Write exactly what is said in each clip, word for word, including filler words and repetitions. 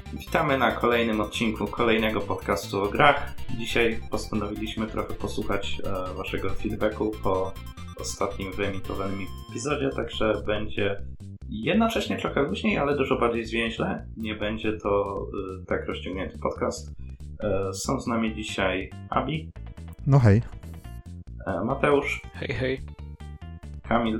Witamy na kolejnym odcinku kolejnego podcastu o grach. Dzisiaj postanowiliśmy trochę posłuchać e, waszego feedbacku po ostatnim wyemitowanym epizodzie, także będzie jednocześnie trochę luźniej, ale dużo bardziej zwięźle. Nie będzie to e, tak rozciągnięty podcast. E, są z nami dzisiaj Abi. No hej. E, Mateusz. Hej, hej. Kamil.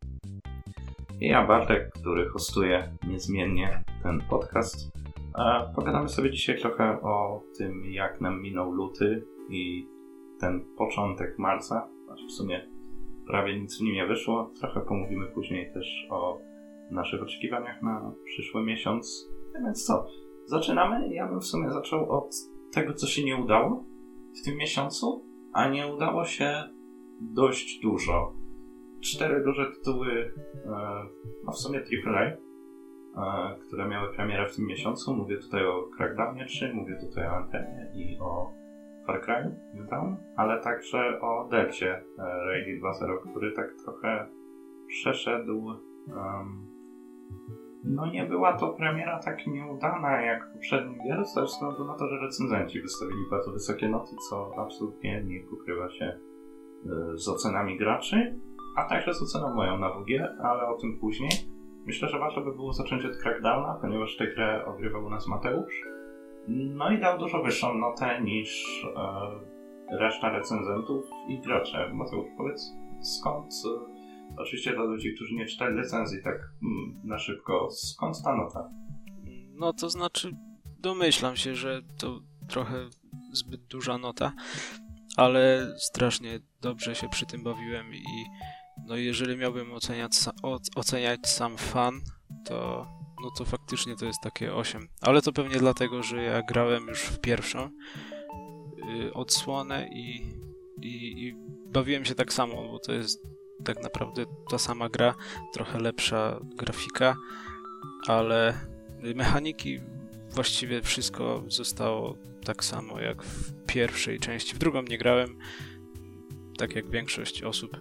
I ja, Bartek, który hostuje niezmiennie ten podcast. E, pogadamy sobie dzisiaj trochę o tym, jak nam minął luty i ten początek marca, aż w sumie prawie nic w nim nie wyszło. Trochę pomówimy później też o naszych oczekiwaniach na przyszły miesiąc. Więc co, zaczynamy? Ja bym w sumie zaczął od tego, co się nie udało w tym miesiącu, a nie udało się dość dużo. Cztery duże tytuły, no w sumie triple A, które miały premierę w tym miesiącu. Mówię tutaj o Crackdownie trzy, mówię tutaj o Anthemie i o Far Cry New Dawn, ale także o Delcie Rally dwa zero, który tak trochę przeszedł. Um, no nie była to premiera tak nieudana jak poprzedni gier, ze względu na to, że recenzenci wystawili bardzo wysokie noty, co absolutnie nie pokrywa się z ocenami graczy, a także z oceną moją na W G, ale o tym później. Myślę, że warto by było zacząć od Crackdowna, ponieważ tę grę ogrywał u nas Mateusz. No i dał dużo wyższą notę niż e, reszta recenzentów i gracze. Mateusz, powiedz skąd, e, oczywiście dla ludzi, którzy nie czytali recenzji tak m, na szybko, skąd ta nota? No to znaczy, domyślam się, że to trochę zbyt duża nota, ale strasznie dobrze się przy tym bawiłem i no jeżeli miałbym oceniać, oceniać sam fan, to no to faktycznie to jest takie osiem. Ale to pewnie dlatego, że ja grałem już w pierwszą yy, odsłonę i, i, i bawiłem się tak samo, bo to jest tak naprawdę ta sama gra, trochę lepsza grafika, ale mechaniki, właściwie wszystko zostało tak samo jak w pierwszej części. W drugą nie grałem, tak jak większość osób.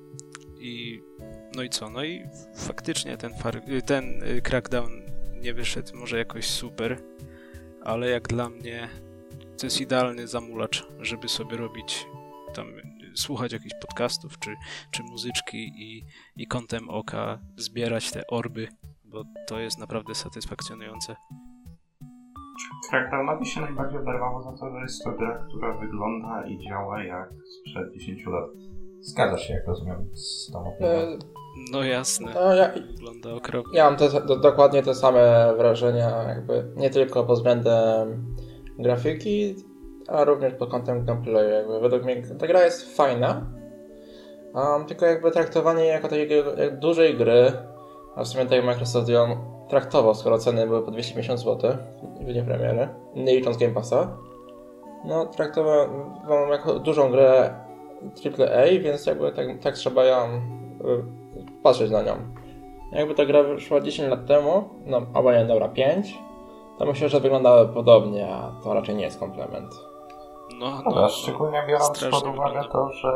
I no i co? No i faktycznie ten, far, ten Crackdown nie wyszedł może jakoś super, ale jak dla mnie to jest idealny zamulacz, żeby sobie robić tam, słuchać jakichś podcastów czy, czy muzyczki i, i kątem oka zbierać te orby, bo to jest naprawdę satysfakcjonujące. Crackdownowi się najbardziej oderwało za to, że jest to gra, która wygląda i działa jak sprzed dziesięciu lat. Zgadza się, jak rozumiem, z tą opinią. E, no jasne, no, ja, wygląda okropnie. Ja mam te, do, dokładnie te same wrażenia, jakby nie tylko pod względem grafiki, a również pod kątem gameplayu. Jakby według mnie ta gra jest fajna, um, tylko jakby traktowanie jako takiej jak dużej gry, a w sumie tak jak Microsoft ją traktował, skoro ceny były po dwieście pięćdziesiąt złotych w dniu premiery, nie licząc Game Passa, no traktował jako dużą grę triple A, więc jakby tak, tak trzeba ją y, patrzeć na nią. Jakby ta gra wyszła dziesięć lat temu, no albo nie, dobra, pięć, to myślę, że wyglądały podobnie, a to raczej nie jest komplement. No, no, no szczególnie biorąc pod uwagę wygląda. to, że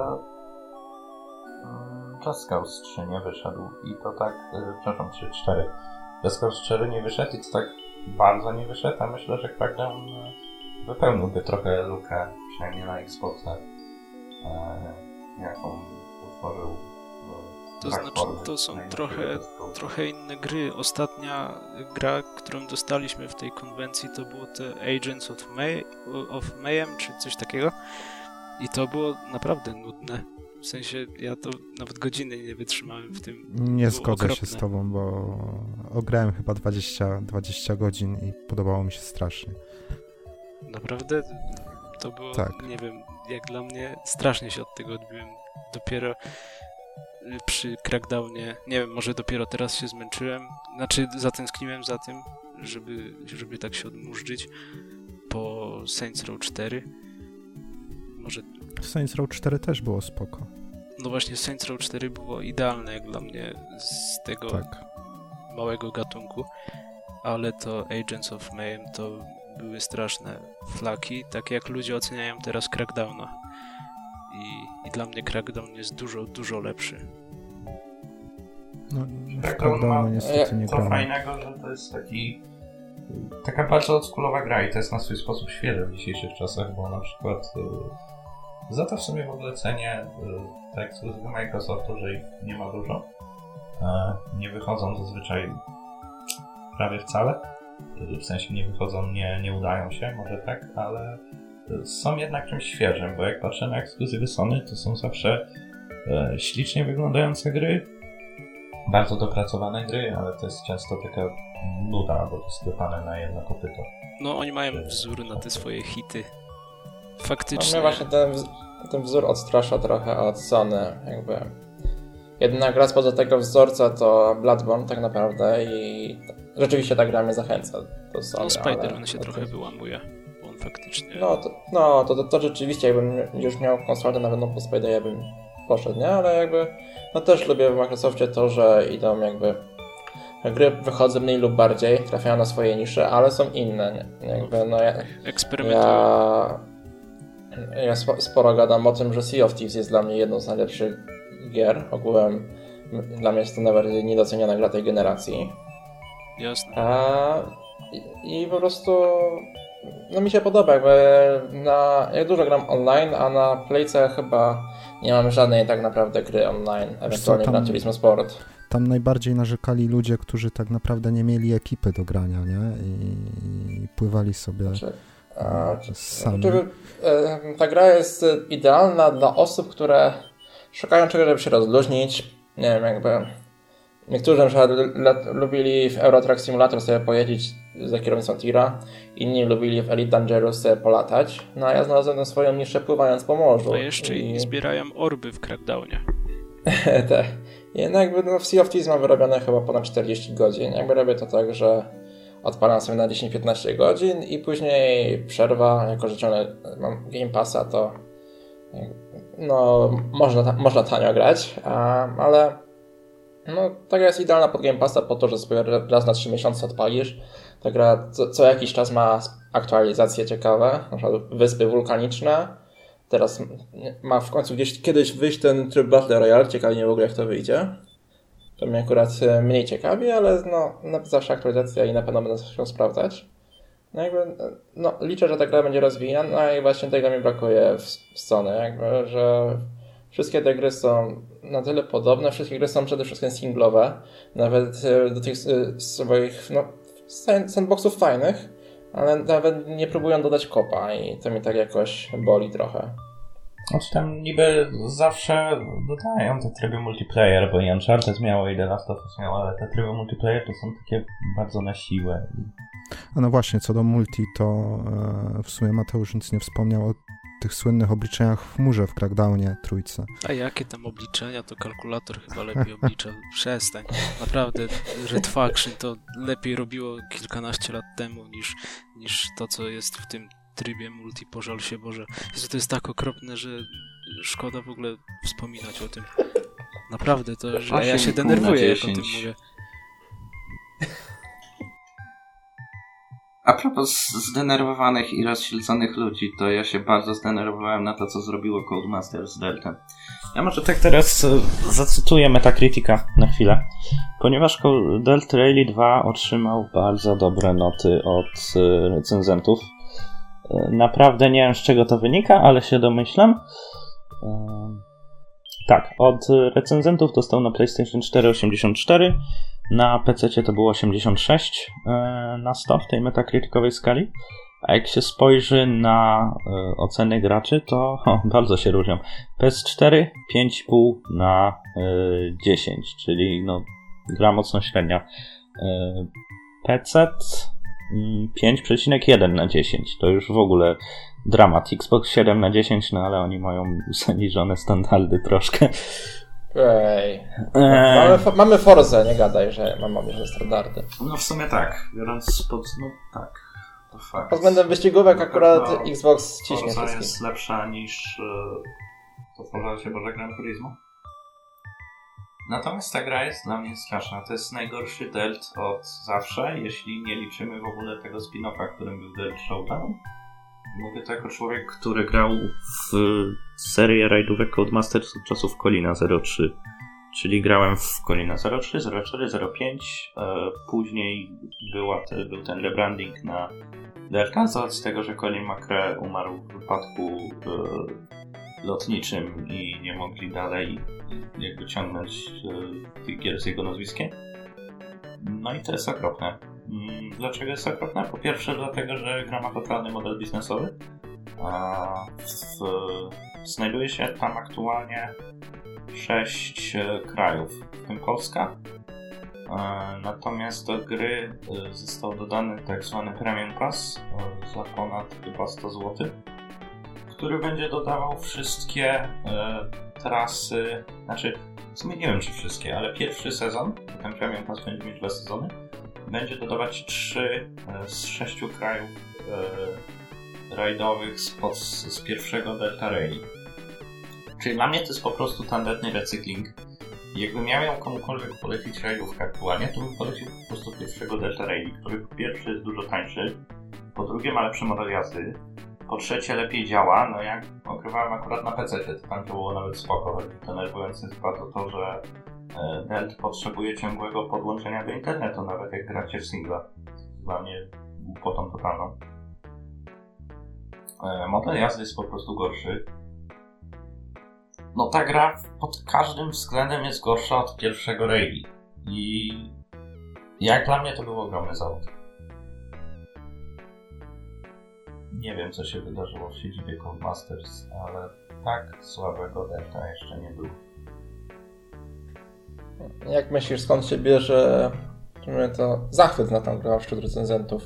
um, Just Cause trzy nie wyszedł i to tak, y, przepraszam, trzy cztery. Just Cause cztery nie wyszedł i to tak bardzo nie wyszedł, a myślę, że Crackdown wypełniłby trochę lukę, przynajmniej na Xboxa, jaką utworzył. To znaczy, to są trochę, trochę inne gry. Ostatnia gra, którą dostaliśmy w tej konwencji, to było te Agents of, May, of Mayhem, czy coś takiego. I to było naprawdę nudne. W sensie, ja to nawet godziny nie wytrzymałem w tym. Nie zgodzę okropne. się z tobą, bo ograłem chyba dwadzieścia, dwadzieścia godzin i podobało mi się strasznie. Naprawdę? To było, tak. Nie wiem, jak dla mnie strasznie się od tego odbiłem. Dopiero przy Crackdownie, nie wiem, może dopiero teraz się zmęczyłem, znaczy zatęskniłem za tym, żeby, żeby tak się odmurzyć po Saints Row cztery. Może... Saints Row cztery też było spoko. No właśnie, Saints Row cztery było idealne jak dla mnie z tego tak. małego gatunku, ale to Agents of Mayhem to były straszne flaki, tak jak ludzie oceniają teraz Crackdowna. I, I dla mnie Crackdown jest dużo, dużo lepszy. No, w Crackdowna niestety nie co grałem. fajnego, że to jest taki taka bardzo oldschoolowa gra i to jest na swój sposób świeże w dzisiejszych czasach, bo na przykład y, za to w sumie w ogóle cenię y, te ekskluzywy Microsoftu, że ich nie ma dużo. Y, nie wychodzą zazwyczaj prawie wcale. Y, w sensie nie wychodzą, nie, nie udają się, może tak, ale y, są jednak czymś świeżym, bo jak patrzę na ekskluzywy Sony, to są zawsze y, ślicznie wyglądające gry, bardzo dopracowane gry, ale to jest często taka nuda, bo to sklepane na jedno kopyto. No oni mają wzór na te swoje hity. Faktycznie. No mnie właśnie ten, ten wzór odstrasza trochę od Sony, jakby. Jedyna gra spoza tego wzorca to Bloodborne tak naprawdę i rzeczywiście ta gra mnie zachęca do Sony. No Spider-Man ale... się trochę to... wyłamuje, bo on faktycznie... No to, no, to, to, to rzeczywiście, jakbym już miał konsolę, na pewno po Spider-Manie bym poszedł, nie? Ale jakby, no też lubię w Microsoftie to, że idą jakby... Gry wychodzą mniej lub bardziej, trafiają na swoje nisze, ale są inne, nie? Jakby, no ja... Eksperymentują. Ja, ja sporo gadam o tym, że Sea of Thieves jest dla mnie jedną z najlepszych gier. Ogółem dla mnie jest to najbardziej niedoceniana gra tej generacji. Jasne. A, i, I po prostu no mi się podoba, jakby na, ja dużo gram online, a na Playce chyba nie mam żadnej tak naprawdę gry online, ewentualnie Gran Turismo Sport. Tam najbardziej narzekali ludzie, którzy tak naprawdę nie mieli ekipy do grania, nie? I, i pływali sobie znaczy, a, sami. Znaczy, ta gra jest idealna dla osób, które szukają czegoś, żeby się rozluźnić. Nie wiem, jakby niektórzy na przykład lubili w Euro Truck Simulator sobie pojeździć za kierownicą tira, inni lubili w Elite Dangerous sobie polatać. No a ja znalazłem swoją niszę pływając po morzu. No jeszcze i zbierają orby w Crackdownie. Tak. No jakby no w Sea of Thieves mam wyrobione chyba ponad czterdzieści godzin. Jakby robię to tak, że odpalam sobie na dziesięć piętnaście godzin i później przerwa, jako że ciągle mam Game Passa, to no można, można tanio grać, a, ale no ta gra jest idealna pod Game Passa po to, że sobie raz na trzy miesiące odpalisz. Ta gra co, co jakiś czas ma aktualizacje ciekawe, na przykład wyspy wulkaniczne. Teraz ma w końcu gdzieś kiedyś wyjść ten tryb Battle Royale, ciekawi mnie w ogóle jak to wyjdzie. To mnie akurat mniej ciekawi, ale no, no zawsze aktualizacja i na pewno będę chciał sprawdzać. No jakby, no liczę, że ta gra będzie rozwijana i właśnie tego mi brakuje w, w Sony, jakby, że wszystkie te gry są na tyle podobne, wszystkie gry są przede wszystkim singlowe, nawet do tych swoich no, sandboxów fajnych, ale nawet nie próbują dodać kopa i to mi tak jakoś boli trochę. Znaczy tam niby zawsze dodają te tryby multiplayer, bo i Uncharted miało i The Last of Us miało, ale te tryby multiplayer to są takie bardzo na siłę. A no właśnie, co do multi, to e, w sumie Mateusz nic nie wspomniał o tych słynnych obliczeniach w chmurze w Crackdownie trójce. A jakie tam obliczenia? To kalkulator chyba lepiej oblicza. Przestań. Naprawdę Red Faction to lepiej robiło kilkanaście lat temu niż, niż to, co jest w tym trybie multi, pożal się Boże. Jezu, to jest tak okropne, że szkoda w ogóle wspominać o tym. Naprawdę, to że ja się denerwuję, jak o tym mówię. A propos zdenerwowanych i rozsilconych ludzi, to ja się bardzo zdenerwowałem na to, co zrobiło Codemasters z Delta. Ja może tak teraz zacytuję Metacritica na chwilę. Ponieważ Delta Rally dwa otrzymał bardzo dobre noty od recenzentów. Naprawdę nie wiem, z czego to wynika, ale się domyślam. Tak, od recenzentów dostał na PlayStation cztery osiemdziesiąt cztery, na pececie to było osiemdziesiąt sześć na sto w tej metacriticowej skali, a jak się spojrzy na oceny graczy, to o, bardzo się różnią. P S cztery pięć i pół na dziesięć, czyli no gra mocno średnia. P C pięć przecinek jeden na dziesięć, to już w ogóle dramat. Xbox siedem na dziesięć, no ale oni mają zaniżone standardy troszkę. Ej. Eee. Mamy, mamy Forzę, nie gadaj, że mamy obniżone standardy. No w sumie tak, biorąc pod... no tak, to fakt. Pod względem wyścigówek akurat no, Xbox ciśnie Forza wszystkim. jest lepsza niż to Forza się Boże Gran Turismo. Natomiast ta gra jest dla mnie straszna. To jest najgorszy Delt od zawsze, jeśli nie liczymy w ogóle tego spin-offa, którym był Delt Showdown. Mówię to jako człowiek, który grał w serię rajdówek Codemasters od czasów Colina zero trzy, Czyli grałem w Collina zero trzy, zero cztery, zero pięć, e, później była te, był ten rebranding na Delta, z tego, że Colin McRae umarł w wypadku e, lotniczym i nie mogli dalej jakby ciągnąć e, tych gier z jego nazwiskiem. No i to jest okropne. Dlaczego jest okropne? Po pierwsze dlatego, że gra ma totalny model biznesowy. A w, znajduje się tam aktualnie sześć krajów, w tym Polska. Natomiast do gry został dodany tak zwany Premium Pass za ponad chyba sto złotych, który będzie dodawał wszystkie trasy, znaczy w sumie nie wiem czy wszystkie, ale pierwszy sezon, ten Premium Pass będzie mieć dwa sezony, będzie dodawać trzy z sześciu krajów rajdowych spod, z pierwszego Delta Rally. Czyli dla mnie to jest po prostu tandetny recykling. Jakbym ja miał komukolwiek polecić rajdówkę aktualnie, to bym polecił po prostu pierwszego Delta Rally, który po pierwsze jest dużo tańszy, po drugie ma lepszy model jazdy, po trzecie lepiej działa. No jak ogrywałem akurat na pececie, to tam to było nawet spoko. Denerwujące jest bardzo to, że Delt potrzebuje ciągłego podłączenia do internetu, nawet jak gracie w singla. Dla mnie głupotą totalną. Model jazdy jest po prostu gorszy. No ta gra pod każdym względem jest gorsza od pierwszego rally. I jak dla mnie to był ogromny zawód. Nie wiem co się wydarzyło w siedzibie Codemasters, ale tak słabego Delta jeszcze nie było. Jak myślisz, skąd się bierze to zachwyt na tą grę wśród recenzentów?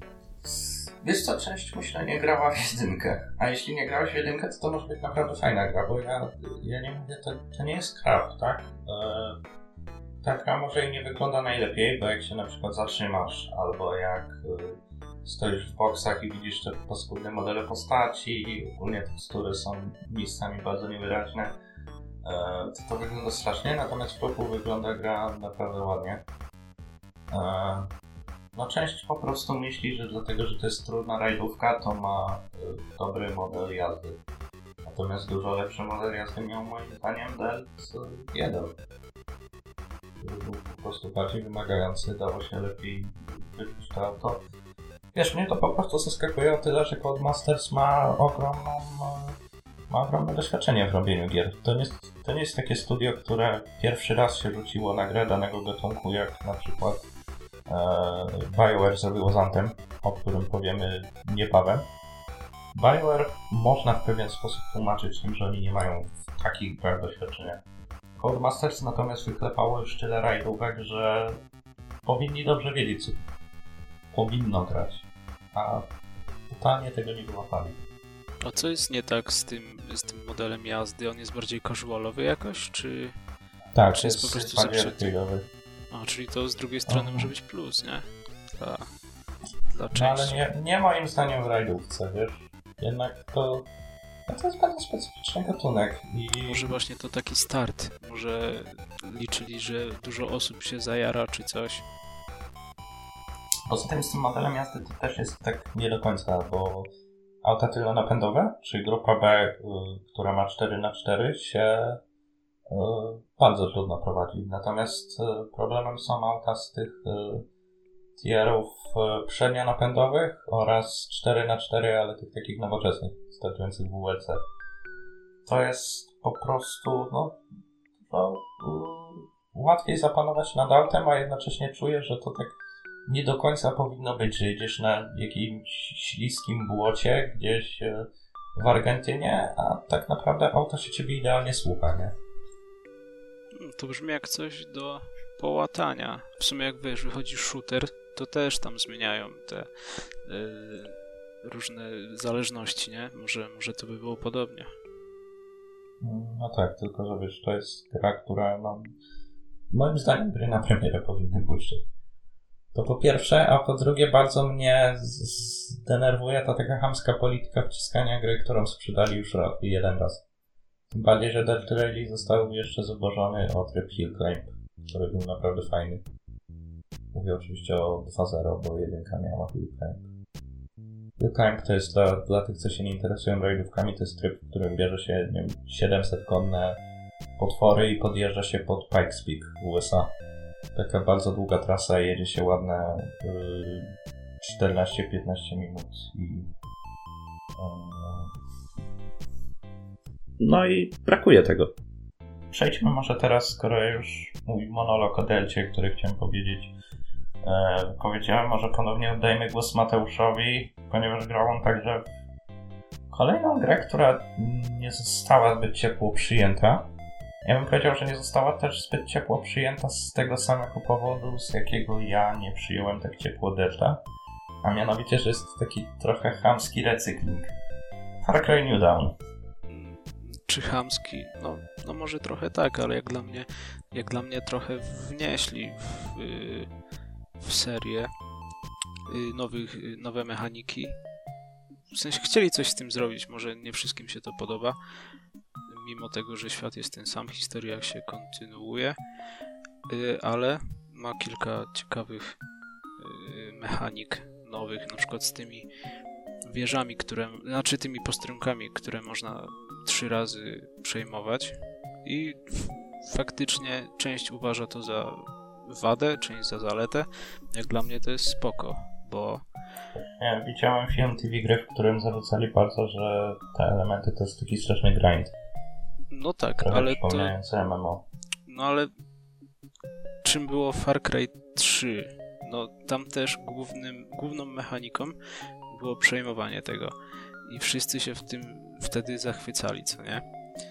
Wiesz co, część myślę nie grała w jedynkę, a jeśli nie grałeś w jedynkę, to to może być naprawdę fajna gra, bo ja, ja nie mówię, to, to nie jest crap, tak? Eee, ta gra może i nie wygląda najlepiej, bo jak się na przykład zatrzymasz, albo jak y, stoisz w boksach i widzisz te paskudne modele postaci i ogólnie tekstury są miejscami bardzo niewyraźne, eee, to to wygląda strasznie, natomiast w roku wygląda gra naprawdę ładnie. Eee, No część po prostu myśli, że dlatego, że to jest trudna rajdówka, to ma y, dobry model jazdy. Natomiast dużo lepszy model jazdy miał moim zdaniem Delt jeden. Który był po prostu bardziej wymagający, dało się lepiej wyczuć to auto. Wiesz, mnie to po prostu zaskakuje o tyle, że Codemasters ma ogromną, ma ogromne doświadczenie w robieniu gier. To nie, jest, to nie jest takie studio, które pierwszy raz się rzuciło na grę danego gatunku, jak na przykład BioWare zrobiło z Anthem, o którym powiemy niebawem. BioWare można w pewien sposób tłumaczyć tym, że oni nie mają w takich grach doświadczenia. Codemasters natomiast wyklepało już tyle rajdówek, że powinni dobrze wiedzieć, co powinno grać, a totalnie tego nie wyłapali. A co jest nie tak z tym, z tym modelem jazdy? On jest bardziej casualowy jakoś, czy... Tak, czy jest, jest po prostu zepsuty? A, czyli to z drugiej strony Aha. może być plus, nie? Dla, dla części. No ale nie, nie moim zdaniem w rajdówce, wiesz? Jednak to, no to jest bardzo specyficzny gatunek. I... Może właśnie to taki start. Może liczyli, że dużo osób się zajara, czy coś. Poza tym z tym modelem jazdy to też jest tak nie do końca, bo auta tylonapędowe, czyli grupa B, y, która ma cztery na cztery się y, bardzo trudno prowadzi. Natomiast y, problemem są auta z tych y, tierów y, przednionapędowych oraz cztery na cztery, ale tych takich nowoczesnych, startujących w W L C. To jest po prostu, no, to, y, łatwiej zapanować nad autem, a jednocześnie czuję, że to tak nie do końca powinno być, że jedziesz na jakimś śliskim błocie gdzieś w Argentynie, a tak naprawdę auto się ciebie idealnie słucha, nie? To brzmi jak coś do połatania. W sumie jak wiesz, wychodzi shooter, to też tam zmieniają te yy, różne zależności, nie? Może, może to by było podobnie. No tak, tylko że wiesz, to jest gra, która no, moim zdaniem gry na premierę powinny puszczać. To po pierwsze, a po drugie bardzo mnie zdenerwuje ta taka chamska polityka wciskania gry, którą sprzedali już jeden raz. Tym bardziej, że Delta Rally został jeszcze zubożony o tryb Hill Climb, który był naprawdę fajny. Mówię oczywiście o dwa zero, bo jedynka miała Hill Climb. Hill Climb to jest dla, dla tych, co się nie interesują rajdówkami, to jest tryb, w którym bierze się nie wiem, siedemset konne potwory i podjeżdża się pod Pikes Peak w U S A. Taka bardzo długa trasa, jedzie się ładne yy, czternaście piętnaście minut i yy, no i brakuje tego. Przejdźmy może teraz, skoro już mój monolog o Delcie, który chciałem powiedzieć, yy, powiedziałem, może ponownie oddajmy głos Mateuszowi, ponieważ grał on także w kolejną grę, która nie została zbyt ciepło przyjęta. Ja bym powiedział, że nie została też zbyt ciepło przyjęta z tego samego powodu, z jakiego ja nie przyjąłem tak ciepło Delta, a mianowicie, że jest taki trochę chamski recykling. Far Cry New Dawn. Czy chamski? No, no może trochę tak, ale jak dla mnie, jak dla mnie trochę wnieśli w, w serię nowych, nowe mechaniki. W sensie chcieli coś z tym zrobić, może nie wszystkim się to podoba, mimo tego, że świat jest ten sam, historia się kontynuuje, ale ma kilka ciekawych mechanik nowych, na przykład z tymi wieżami, które, znaczy tymi posterunkami, które można trzy razy przejmować i faktycznie część uważa to za wadę, część za zaletę. Jak dla mnie to jest spoko, bo ja widziałem film T V Gry, w którym zarzucali bardzo, że te elementy to jest taki straszny grind. No tak, trochę ale to... M M O. No ale czym było Far Cry trzy? No tam też głównym, główną mechaniką było przejmowanie tego. I wszyscy się w tym wtedy zachwycali, co nie?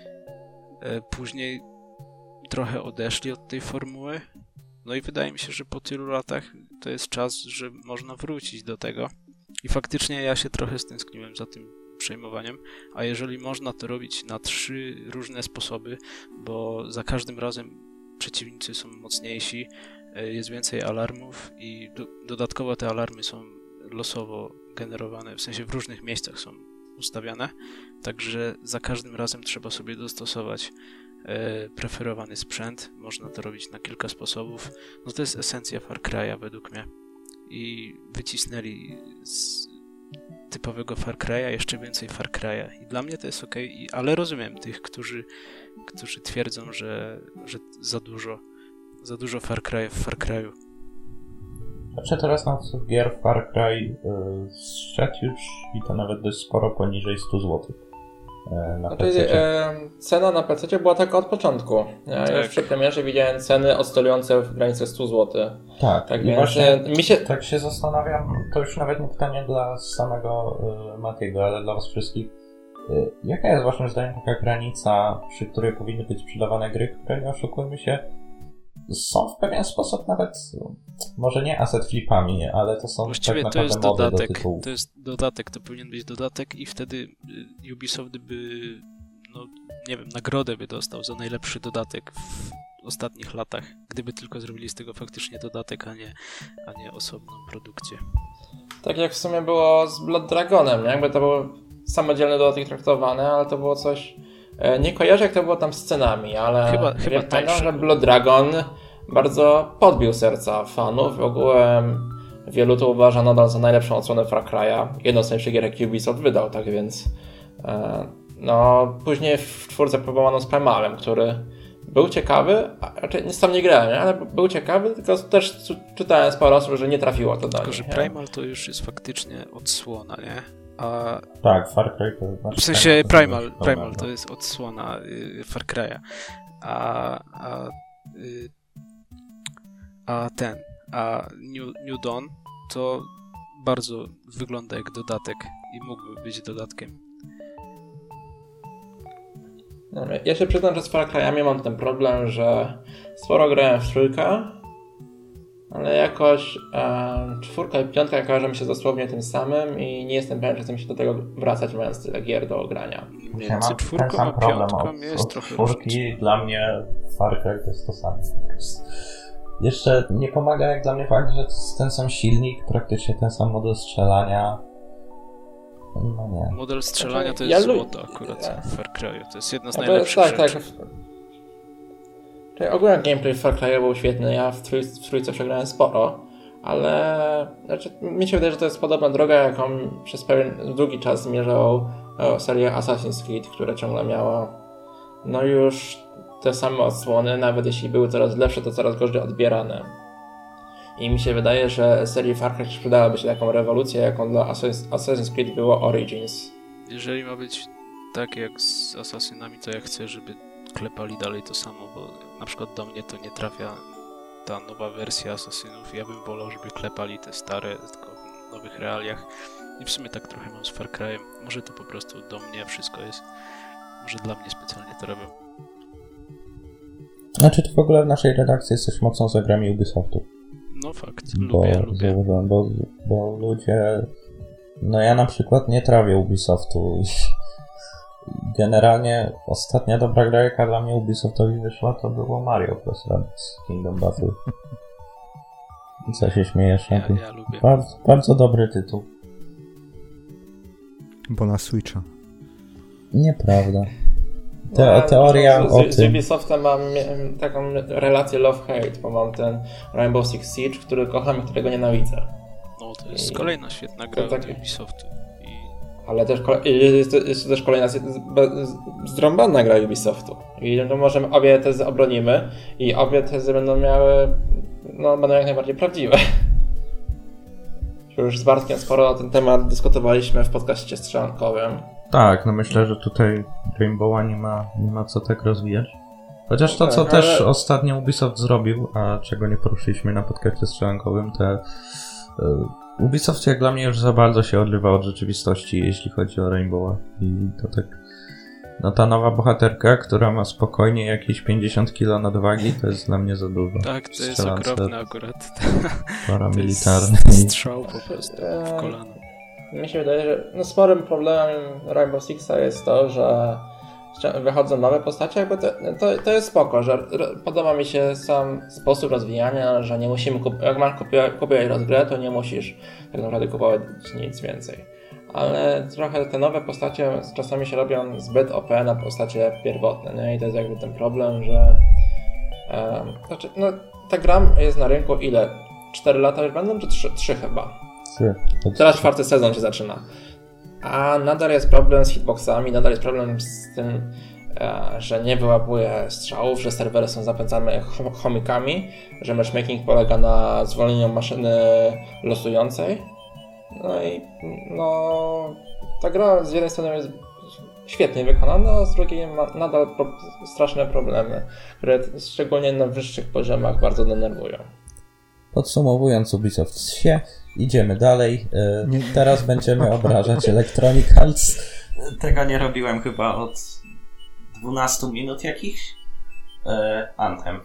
Później trochę odeszli od tej formuły. No i wydaje mi się, że po tylu latach to jest czas, że można wrócić do tego. I faktycznie ja się trochę stęskniłem za tym przejmowaniem, a jeżeli można to robić na trzy różne sposoby, bo za każdym razem przeciwnicy są mocniejsi, jest więcej alarmów i do, dodatkowo te alarmy są losowo generowane, w sensie w różnych miejscach są ustawiane, także za każdym razem trzeba sobie dostosować e, preferowany sprzęt, można to robić na kilka sposobów. No to jest esencja Far Cry'a według mnie i wycisnęli z typowego Far Cry'a jeszcze więcej Far Cry'a i dla mnie to jest okej, okay, ale rozumiem tych, którzy, którzy twierdzą, że, że za dużo za dużo Far Cry'ów w Far Cry'u. Znaczy teraz na gier Far Cry yy, zszedł już i to nawet dość sporo poniżej sto złotych. Yy, na znaczy, e, cena na P C była taka od początku. Ja tak. Już przy premierze widziałem ceny oscylujące w granicy sto złotych. Tak, tak więc właśnie mi się... tak się zastanawiam, to już nawet nie pytanie dla samego yy, Matiego, ale dla was wszystkich. Yy, jaka jest waszym zdaniem taka granica, przy której powinny być sprzedawane gry, które, nie oszukujmy się, są w pewien sposób nawet, może nie asset flipami, ale to są właściwie tak to jest mody dodatek, do tytułów. To jest dodatek, to powinien być dodatek i wtedy Ubisoft by, no nie wiem, nagrodę by dostał za najlepszy dodatek w ostatnich latach, gdyby tylko zrobili z tego faktycznie dodatek, a nie, a nie osobną produkcję. Tak jak w sumie było z Blood Dragonem, nie? Jakby to był samodzielny dodatek traktowany, ale to było coś... Nie kojarzę, jak to było tam z cenami, ale chyba, wiem, chyba pamiętam, że Blood Dragon bardzo podbił serca fanów. W ogóle wielu to uważa nadal za najlepszą odsłonę Far Cry'a. Jedną z najlepszych gier, jaki Ubisoft wydał, tak więc no później w czwórce próbowano z Primalem, który był ciekawy, a raczej nic tam nie grałem, nie? Ale był ciekawy, tylko też czytałem sporo osób, że nie trafiło to do Tylko, nich. że Primal to już jest faktycznie odsłona, nie? A... Tak, Far Cry to znaczy... W sensie Primal, Primal to jest odsłona y, Far Cry'a. A, a, y, a ten, a New, New Dawn to bardzo wygląda jak dodatek i mógłby być dodatkiem. No, ja się przyznam, że z Far Cry'ami mam ten problem, że sporo grałem w trójkę, ale jakoś e, czwórka i piątka kojarzą mi się dosłownie tym samym i nie jestem pewien, że chcę mi się do tego wracać, mając tyle gier do grania. Między czwórką a piątką jest od trochę czwórki dla mnie Far Cry to jest to samo. Jeszcze nie pomaga jak dla mnie fakt, że to jest ten sam silnik, praktycznie ten sam model strzelania. No nie. Model strzelania to jest ja złoto akurat ja. w Far Cry'u. To jest jedna z no najlepszych tak, rzeczy. Tak. Ogólnie gameplay w Far Cry'u był świetny. Ja w, trój, w trójce przegrałem sporo, ale znaczy, mi się wydaje, że to jest podobna droga, jaką przez pewien długi czas zmierzał serię Assassin's Creed, która ciągle miała no już te same odsłony, nawet jeśli były coraz lepsze, to coraz gorzej odbierane. I mi się wydaje, że serii Far Cry przydałaby się taką rewolucję, jaką dla Assassin's Creed było Origins. Jeżeli ma być tak jak z Assassinami, to ja chcę, żeby klepali dalej to samo, bo na przykład do mnie to nie trafia ta nowa wersja Assassinów. Ja bym wolał, żeby klepali te stare, tylko w nowych realiach. I w sumie tak trochę mam z Far Cry'em. Może to po prostu do mnie wszystko jest. Może dla mnie specjalnie to robią. Znaczy ty w ogóle w naszej redakcji jesteś mocno za grami Ubisoftu. No fakt, bo, lubię, lubię. Bo, bo ludzie... No ja na przykład nie trawię Ubisoftu. Generalnie ostatnia dobra gra, jaka dla mnie Ubisoftowi wyszła, to było Mario plus Rabbids Kingdom Battle. Co się śmiejesz? Ja, ja lubię. Bardzo, bardzo dobry tytuł. Bo na Switcha. Nieprawda. Te, teoria no, z, o z, tym... Z Ubisoftem mam taką relację love-hate, bo mam ten Rainbow Six Siege, który kocham i którego nienawidzę. No to jest I... kolejna świetna gra od tak... Ubisoftu. I... Ale też kole... jest, jest też kolejna zdrąbana gra Ubisoftu. I to możemy obie tezy obronimy i obie tezy będą miały, no będą jak najbardziej prawdziwe. Już z Bartkiem sporo na ten temat dyskutowaliśmy w podcaście strzelankowym. Tak, no myślę, że tutaj Rainbowa nie ma, nie ma co tak rozwijać. Chociaż to, co tak, ale... też ostatnio Ubisoft zrobił, a czego nie poruszyliśmy na podcaście strzelankowym, to uh, Ubisoft jak dla mnie już za bardzo się odrywa od rzeczywistości, jeśli chodzi o Rainbowa. I to tak... No ta nowa bohaterka, która ma spokojnie jakieś pięćdziesiąt kilo nadwagi, to jest dla mnie za dużo. Tak, to jest okropne akurat. Paramilitarny. To jest strzał po prostu w kolano. Mi się wydaje, że no sporym problemem Rainbow Sixa jest to, że wychodzą nowe postacie, jakby to, to, to jest spoko, że podoba mi się sam sposób rozwijania, że nie musimy, kup- jak masz kupować, kupować rozgrę, to nie musisz tak naprawdę kupować nic więcej. Ale trochę te nowe postacie czasami się robią zbyt O P na postacie pierwotne, nie? I to jest jakby ten problem, że um, znaczy, no, ta gra jest na rynku ile? cztery lata już będą, czy trzy chyba? trzy. Teraz czwarty sezon się zaczyna. A nadal jest problem z hitboxami, nadal jest problem z tym, e, że nie wyłapuje strzałów, że serwery są zapędzane chomikami, że matchmaking polega na zwolnieniu maszyny losującej. No i no, ta gra z jednej strony jest świetnie wykonana, a z drugiej ma nadal pro straszne problemy, które szczególnie na wyższych poziomach bardzo denerwują. Podsumowując, Ubisoft się, idziemy dalej. Nie. Teraz będziemy obrażać Electronic Arts. Tego nie robiłem chyba od dwunastu minut jakichś. Anthem.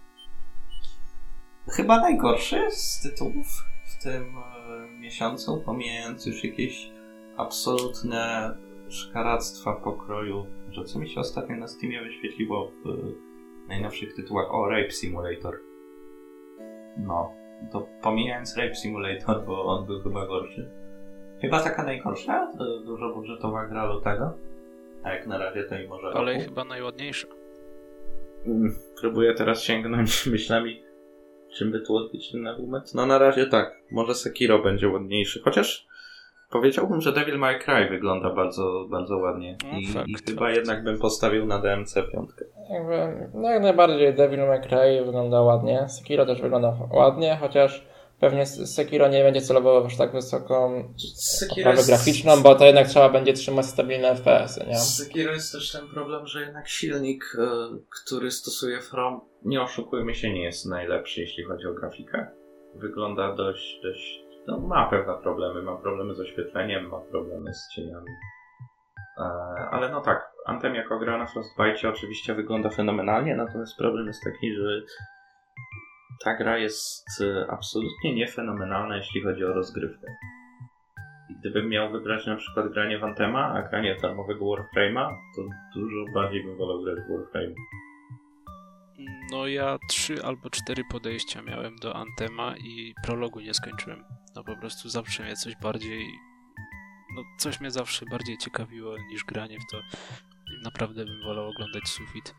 Chyba najgorszy z tytułów w tym miesiącu, pomijając już jakieś absolutne szkaractwa pokroju, że co mi się ostatnio na Steamie wyświetliło w najnowszych tytułach. O, Rape Simulator. No, to pomijając Rape Simulator, bo on był chyba gorszy. Chyba taka najgorsza, dużo budżetowa gra lutego. A jak na razie to i może roku. Ale chyba najładniejsza. Próbuję teraz sięgnąć myślami, czym by tu odbić ten argument. No na razie tak, może Sekiro będzie ładniejszy, chociaż powiedziałbym, że Devil May Cry wygląda bardzo, bardzo ładnie. No, I, fakt, i chyba fakt. jednak bym postawił na D M C pięć. Jakby, no jak najbardziej Devil May Cry wygląda ładnie, Sekiro też wygląda ładnie, chociaż pewnie Sekiro nie będzie celowało w aż tak wysoką poprawę jest... graficzną, bo to jednak trzeba będzie trzymać stabilne F P S-y, nie? Sekiro jest też ten problem, że jednak silnik, który stosuje From, nie oszukujmy się, nie jest najlepszy, jeśli chodzi o grafikę. Wygląda dość, dość no, ma pewne problemy, ma problemy z oświetleniem, ma problemy z cieniami. Ale no tak, Anthem jako gra na Frostbite oczywiście wygląda fenomenalnie, natomiast problem jest taki, że ta gra jest absolutnie niefenomenalna, jeśli chodzi o rozgrywkę. I gdybym miał wybrać na przykład granie w Anthema, a granie darmowego Warframe'a, to dużo bardziej bym wolał grać w Warframe. No ja trzy albo cztery podejścia miałem do Anthema i prologu nie skończyłem. No po prostu zawsze mnie coś bardziej... No coś mnie zawsze bardziej ciekawiło niż granie w to. Naprawdę bym wolał oglądać sufit.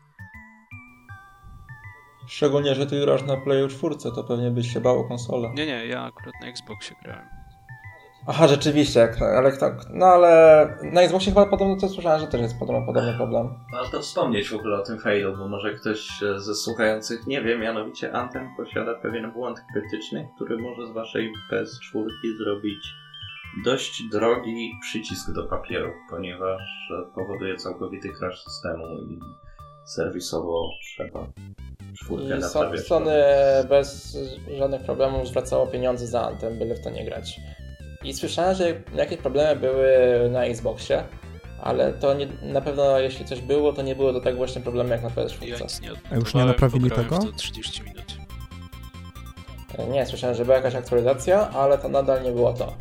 Szczególnie, że ty grasz na Playu cztery, to pewnie byś się bał o konsolę. Nie, nie, ja akurat na Xboxie grałem. Aha, rzeczywiście, ale kto, no ale na Xboxie chyba podobno to słyszałem, że też jest podobno podobny problem. Warto wspomnieć w ogóle o tym failu, bo może ktoś ze słuchających nie wie, mianowicie Anthem posiada pewien błąd krytyczny, który może z waszej P S cztery zrobić dość drogi przycisk do papieru, ponieważ powoduje całkowity crash systemu i serwisowo trzeba czwórkę naprawiać. I Sony bez żadnych problemów zwracało pieniądze za Anthem, byle w to nie grać. I słyszałem, że jakieś problemy były na Xboxie, ale to nie, na pewno jeśli coś było, to nie było to tak właśnie problemy jak na P S cztery. Ja nic nie A już nie naprawili tego? W to trzydzieści minut. Nie, słyszałem, że była jakaś aktualizacja, ale to nadal nie było to.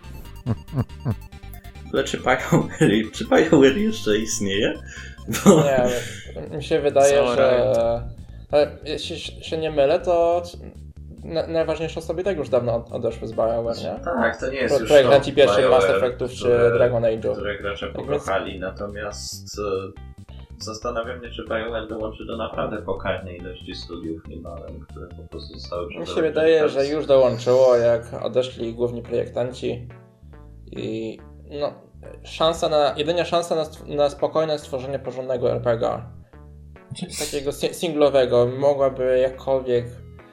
Ale czy BioWare, czy BioWare jeszcze istnieje? Bo... Nie, mi się wydaje, Cała że... Ale jeśli się nie mylę, to na, najważniejsze osoby tak już dawno odeszły z BioWare, nie? Tak, to nie jest Pro, już projektanci to pierwszych BioWare, Mass Effectów czy które, Dragon Age'ów. które gracze pokochali, natomiast zastanawiam się, czy BioWare dołączy do naprawdę pokaźnej ilości studiów niebawem, które po prostu zostały... Mi się wydaje, że już dołączyło, jak odeszli główni projektanci i no, szansa na, jedynie szansa na, na spokojne stworzenie porządnego er pe gie, takiego singlowego, mogłaby jakkolwiek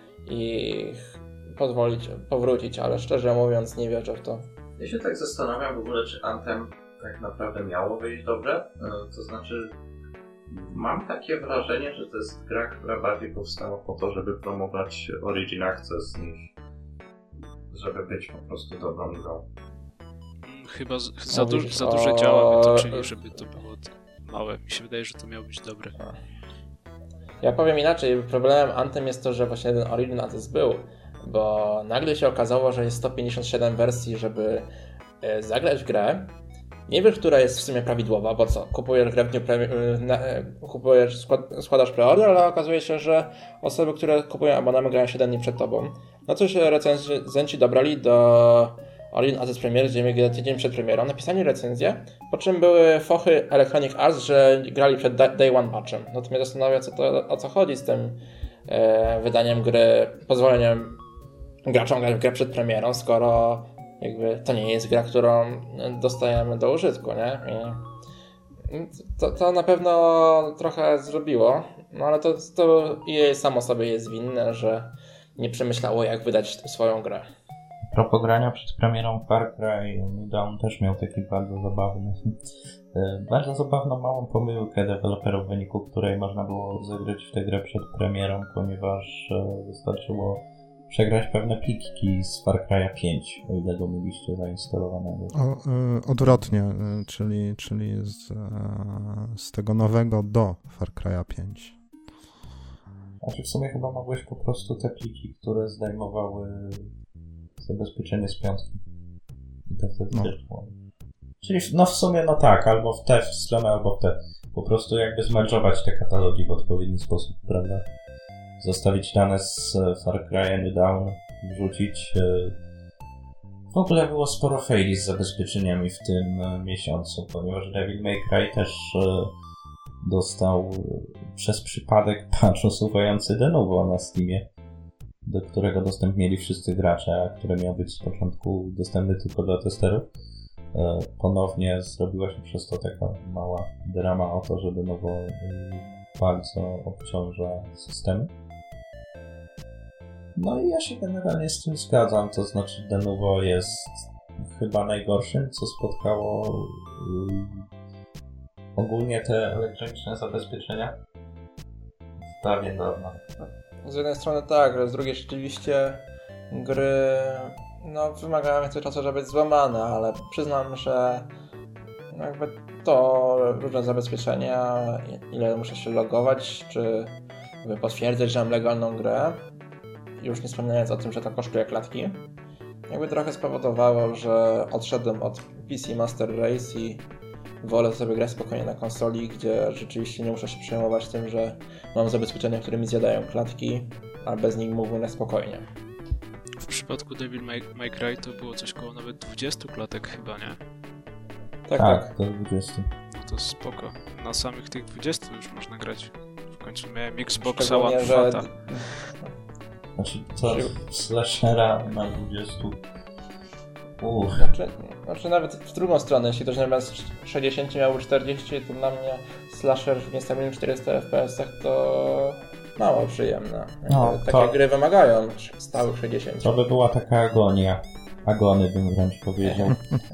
ich pozwolić powrócić, ale szczerze mówiąc nie wierzę w to. Ja się tak zastanawiam w ogóle, czy Anthem tak naprawdę miało wyjść dobrze, to znaczy mam takie wrażenie, że to jest gra, która bardziej powstała po to, żeby promować Origin Access niż żeby być po prostu dobrą grą. Chyba z, za, du- za duże działa wytoczyli, żeby to było małe. Mi się wydaje, że to miało być dobre. Ja powiem inaczej, problemem Anthem jest to, że właśnie ten Origin Access był, bo nagle się okazało, że jest sto pięćdziesiąt siedem wersji, żeby e, zagrać w grę. Nie wiesz, która jest w sumie prawidłowa, bo co, kupujesz grę w dniu pre- na, kupujesz, skład, składasz preorder, ale okazuje się, że osoby, które kupują abonament, grają siedem dni przed tobą. No cóż, recenzenci dobrali do Origin Access Premier, gdzie tydzień przed premierą, napisali recenzję, po czym były fochy Electronic Arts, że grali przed Day One patchem. No to mnie zastanawia, co to, o co chodzi z tym e, wydaniem gry, pozwoleniem graczom grać w grę przed premierą, skoro jakby to nie jest gra, którą dostajemy do użytku, nie? I to, to na pewno trochę zrobiło, no ale to, to E A samo sobie jest winne, że nie przemyślało, jak wydać swoją grę. Propos grania przed premierą Far Cry New Dawn też miał taki bardzo zabawny, bardzo zabawną małą pomyłkę deweloperów, w wyniku której można było zagrać w tę grę przed premierą, ponieważ wystarczyło przegrać pewne pliki z Far Cry'a pięć, o ile go mieliście zainstalowanego. O, y, odwrotnie, y, czyli, czyli z, y, z tego nowego do Far Cry'a pięć. Znaczy w sumie chyba mogłeś po prostu te pliki, które zdejmowały zabezpieczenie z piątki. I to wtedy no. też było. Czyli no w sumie no tak, albo w tę stronę, albo w tę. Po prostu jakby zmerżować te katalogi w odpowiedni sposób, prawda? Zostawić dane z Far Cry'a New Dawn, wrzucić. W ogóle było sporo faili z zabezpieczeniami w tym miesiącu, ponieważ Devil May Cry też dostał przez przypadek patch usuwający de novo na Steamie, do którego dostęp mieli wszyscy gracze, a który miał być z początku dostępny tylko dla testerów. Ponownie zrobiła się przez to taka mała drama o to, że de novo bardzo obciąża systemy. No i ja się generalnie z tym zgadzam, to znaczy de novo jest chyba najgorszym, co spotkało yy, ogólnie te elektroniczne zabezpieczenia w dawien dawno. Z jednej strony tak, ale z drugiej rzeczywiście gry no, wymagają więcej czasu, żeby być złamane, ale przyznam, że jakby to różne zabezpieczenia, ile muszę się logować, czy potwierdzać, że mam legalną grę, już nie wspominając o tym, że to kosztuje klatki, jakby trochę spowodowało, że odszedłem od P C Master Race i wolę sobie grać spokojnie na konsoli, gdzie rzeczywiście nie muszę się przejmować tym, że mam zabezpieczenia, które mi zjadają klatki, a bez nich mógłbym grać spokojnie. W przypadku Devil May, May Cry to było coś koło nawet dwudziestu klatek chyba, nie? Tak, tak. tak. do dwudziestu. No to spoko. Na samych tych dwudziestu już można grać. W końcu miałem Xboxa Szczególnie, One że... Fata. Znaczy to slashera na dwudziestu. Uff. Znaczy, znaczy nawet w drugą stronę, jeśli ktoś zamiast sześćdziesiąt miał czterdzieści, to dla mnie slasher w niestabilnym czterysta F P S-ach to mało przyjemne. No, takie to... gry wymagają stałych sześćdziesiąt. To by była taka agonia. Agony bym wręcz powiedział.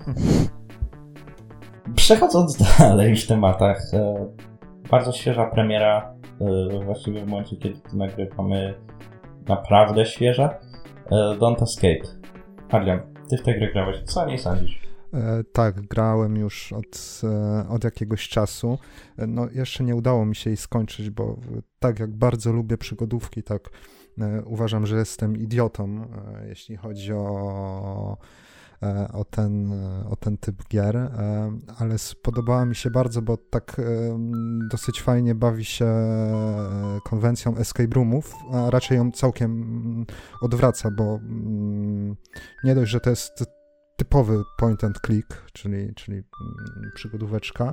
Przechodząc dalej w tematach, bardzo świeża premiera, właściwie w momencie, kiedy to nagrywamy, naprawdę świeża, Don't Escape. Adrian, ty w tę grę grałeś, co o niej sądzisz? E, tak, grałem już od, e, od jakiegoś czasu. E, no jeszcze nie udało mi się jej skończyć, bo tak jak bardzo lubię przygodówki, tak e, uważam, że jestem idiotą, e, jeśli chodzi o, e, o, ten, o ten typ gier, e, ale spodobała mi się bardzo, bo tak e, dosyć fajnie bawi się konwencją escape roomów, a raczej ją całkiem odwraca, bo mm, nie dość, że to jest typowy point and click, czyli, czyli przygodóweczka,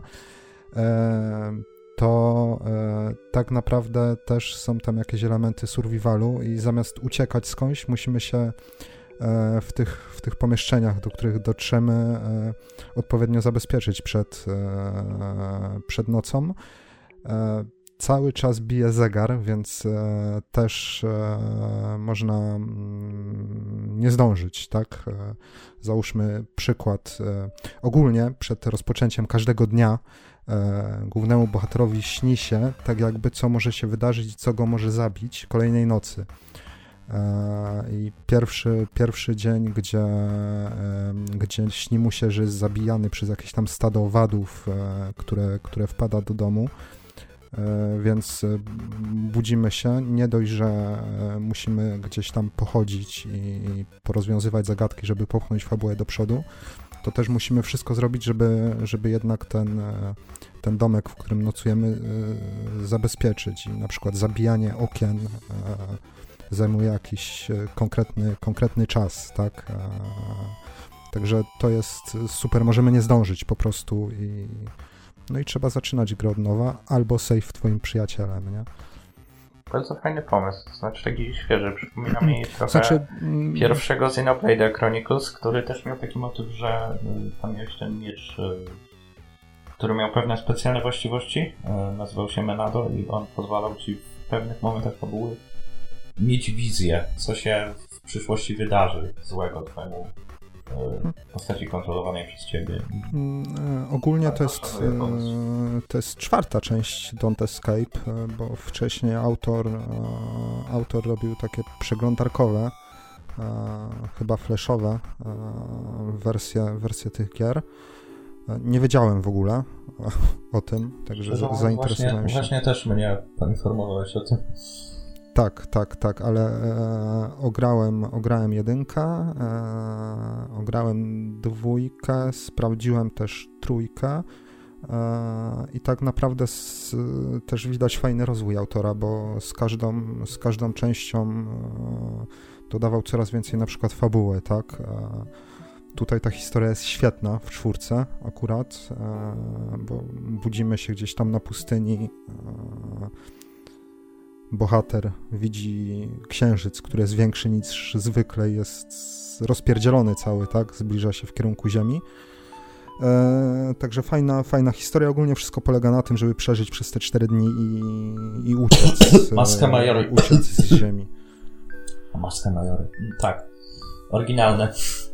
e, to e, tak naprawdę też są tam jakieś elementy survivalu i zamiast uciekać skądś, musimy się e, w, tych, w tych pomieszczeniach, do których dotrzemy, e, odpowiednio zabezpieczyć przed, e, przed nocą. E, Cały czas bije zegar, więc e, też e, można mm, nie zdążyć, tak? E, załóżmy przykład. E, ogólnie przed rozpoczęciem każdego dnia e, głównemu bohaterowi śni się, tak jakby co może się wydarzyć i co go może zabić kolejnej nocy. E, I pierwszy, pierwszy dzień, gdzie, e, gdzie śni mu się, że jest zabijany przez jakieś tam stado owadów, e, które, które wpada do domu. Więc budzimy się, nie dość, że musimy gdzieś tam pochodzić i porozwiązywać zagadki, żeby popchnąć fabułę do przodu, to też musimy wszystko zrobić, żeby, żeby jednak ten, ten domek, w którym nocujemy, zabezpieczyć. I na przykład zabijanie okien zajmuje jakiś konkretny, konkretny czas, tak? Także to jest super, możemy nie zdążyć po prostu i no i trzeba zaczynać grę od nowa, albo save twoim przyjacielem, nie? Bardzo fajny pomysł, to znaczy taki świeży, przypomina mi trochę znaczy, pierwszego Xenoblade Chronicles, który też miał taki motyw, że tam miałeś ten miecz, który miał pewne specjalne właściwości, nazywał się Menado i on pozwalał ci w pewnych momentach fabuły mieć wizję, co się w przyszłości wydarzy złego twojemu postaci kontrolowanej przez ciebie. Mm, ogólnie to jest, to jest czwarta część Don't Escape, bo wcześniej autor, autor robił takie przeglądarkowe, chyba flashowe wersje, wersje tych gier. Nie wiedziałem w ogóle o tym, także no, zainteresowałem właśnie, się. Właśnie też mnie poinformowałeś o tym. Tak, tak, tak, ale e, ograłem, ograłem jedynkę, e, ograłem dwójkę, sprawdziłem też trójkę e, i tak naprawdę z, też widać fajny rozwój autora, bo z każdą, z każdą częścią e, dodawał coraz więcej na przykład fabuły, tak? E, tutaj ta historia jest świetna w czwórce akurat, e, bo budzimy się gdzieś tam na pustyni, e, bohater widzi księżyc, który jest większy niż zwykle, jest rozpierdzielony cały, tak? Zbliża się w kierunku Ziemi. E, także fajna, fajna historia. Ogólnie wszystko polega na tym, żeby przeżyć przez te cztery dni i, i uciec. Maskę Majory. Uciec z Ziemi. Maskę Majory. Tak. Oryginalne.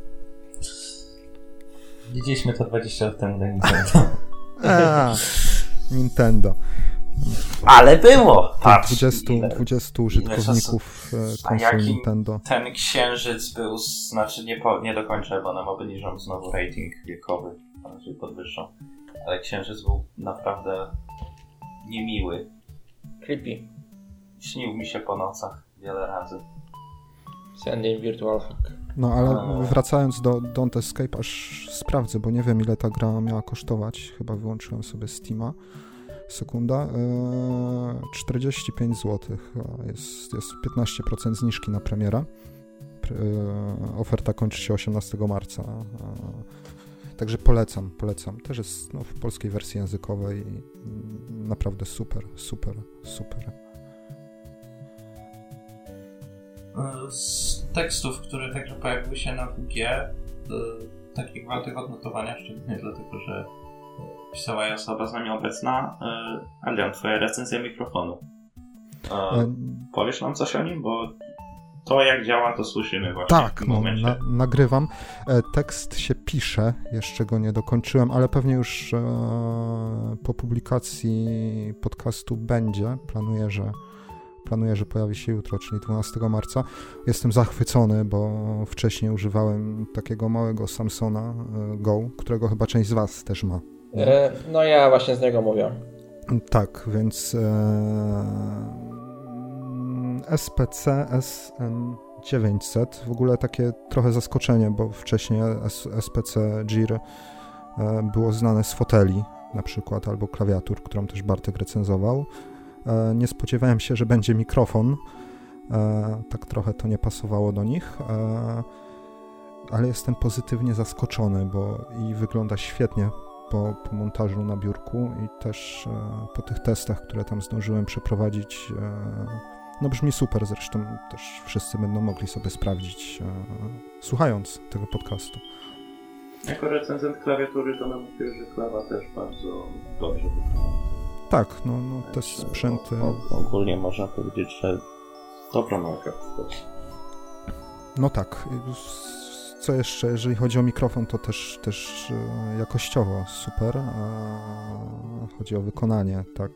Widzieliśmy to dwadzieścia lat temu na Nintendo. A, Nintendo. Ale było! Patrz, dwudziestu, ile, dwudziestu użytkowników konsol Nintendo. Ten księżyc był, znaczy nie, po, nie dokończę, bo nam obniżą znowu rating wiekowy, raczej podwyższą. Ale księżyc był naprawdę niemiły. Creepy. Śnił mi się po nocach wiele razy. Sending Virtual Hack. No ale wracając do Don't Escape, aż sprawdzę, bo nie wiem ile ta gra miała kosztować. Chyba wyłączyłem sobie Steama. Sekunda. czterdzieści pięć złotych. Jest, jest piętnaście procent zniżki na premierę. Oferta kończy się osiemnastego marca. Także polecam, polecam. Też jest no, w polskiej wersji językowej. Naprawdę super, super, super. Z tekstów, które także pojawiły się na W G, y, takich wartych odnotowania, szczególnie dlatego, że pisała je osoba z nami obecna. Y, Adrian, twoja recenzja mikrofonu. Y, e... Powiesz nam coś o nim, bo to jak działa, to słyszymy właśnie tak, w tym no, momencie. Na, nagrywam. E, tekst się pisze, jeszcze go nie dokończyłem, ale pewnie już e, po publikacji podcastu będzie. Planuję, że Planuję, że pojawi się jutro, czyli dwunastego marca. Jestem zachwycony, bo wcześniej używałem takiego małego Samsona Go, którego chyba część z was też ma. E, no ja właśnie z niego mówię. Tak, więc e, S P C S M dziewięćset, w ogóle takie trochę zaskoczenie, bo wcześniej S P C Gear e, było znane z foteli na przykład, albo klawiatur, którą też Bartek recenzował. Nie spodziewałem się, że będzie mikrofon, tak trochę to nie pasowało do nich, ale jestem pozytywnie zaskoczony, bo i wygląda świetnie po, po montażu na biurku i też po tych testach, które tam zdążyłem przeprowadzić, no brzmi super, zresztą też wszyscy będą mogli sobie sprawdzić, słuchając tego podcastu. Jako recenzent klawiatury to nam mówię, że klawa też bardzo dobrze wygląda. Tak, no, no te sprzęty... O, ogólnie można powiedzieć, że dobra marka. No tak. Co jeszcze, jeżeli chodzi o mikrofon, to też, też jakościowo super. Chodzi o wykonanie, tak,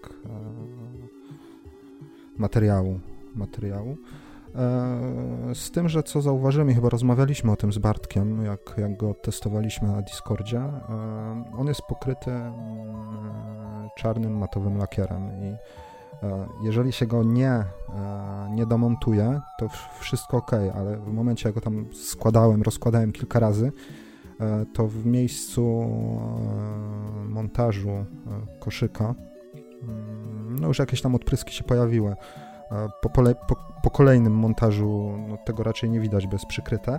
materiału, materiału. Z tym, że co zauważyłem i chyba rozmawialiśmy o tym z Bartkiem, jak, jak go testowaliśmy na Discordzie, on jest pokryty czarnym matowym lakierem i jeżeli się go nie, nie domontuje, to wszystko ok, ale w momencie jak go tam składałem, rozkładałem kilka razy, to w miejscu montażu koszyka no już jakieś tam odpryski się pojawiły. Po, pole, po, po kolejnym montażu no, tego raczej nie widać bez przykryte,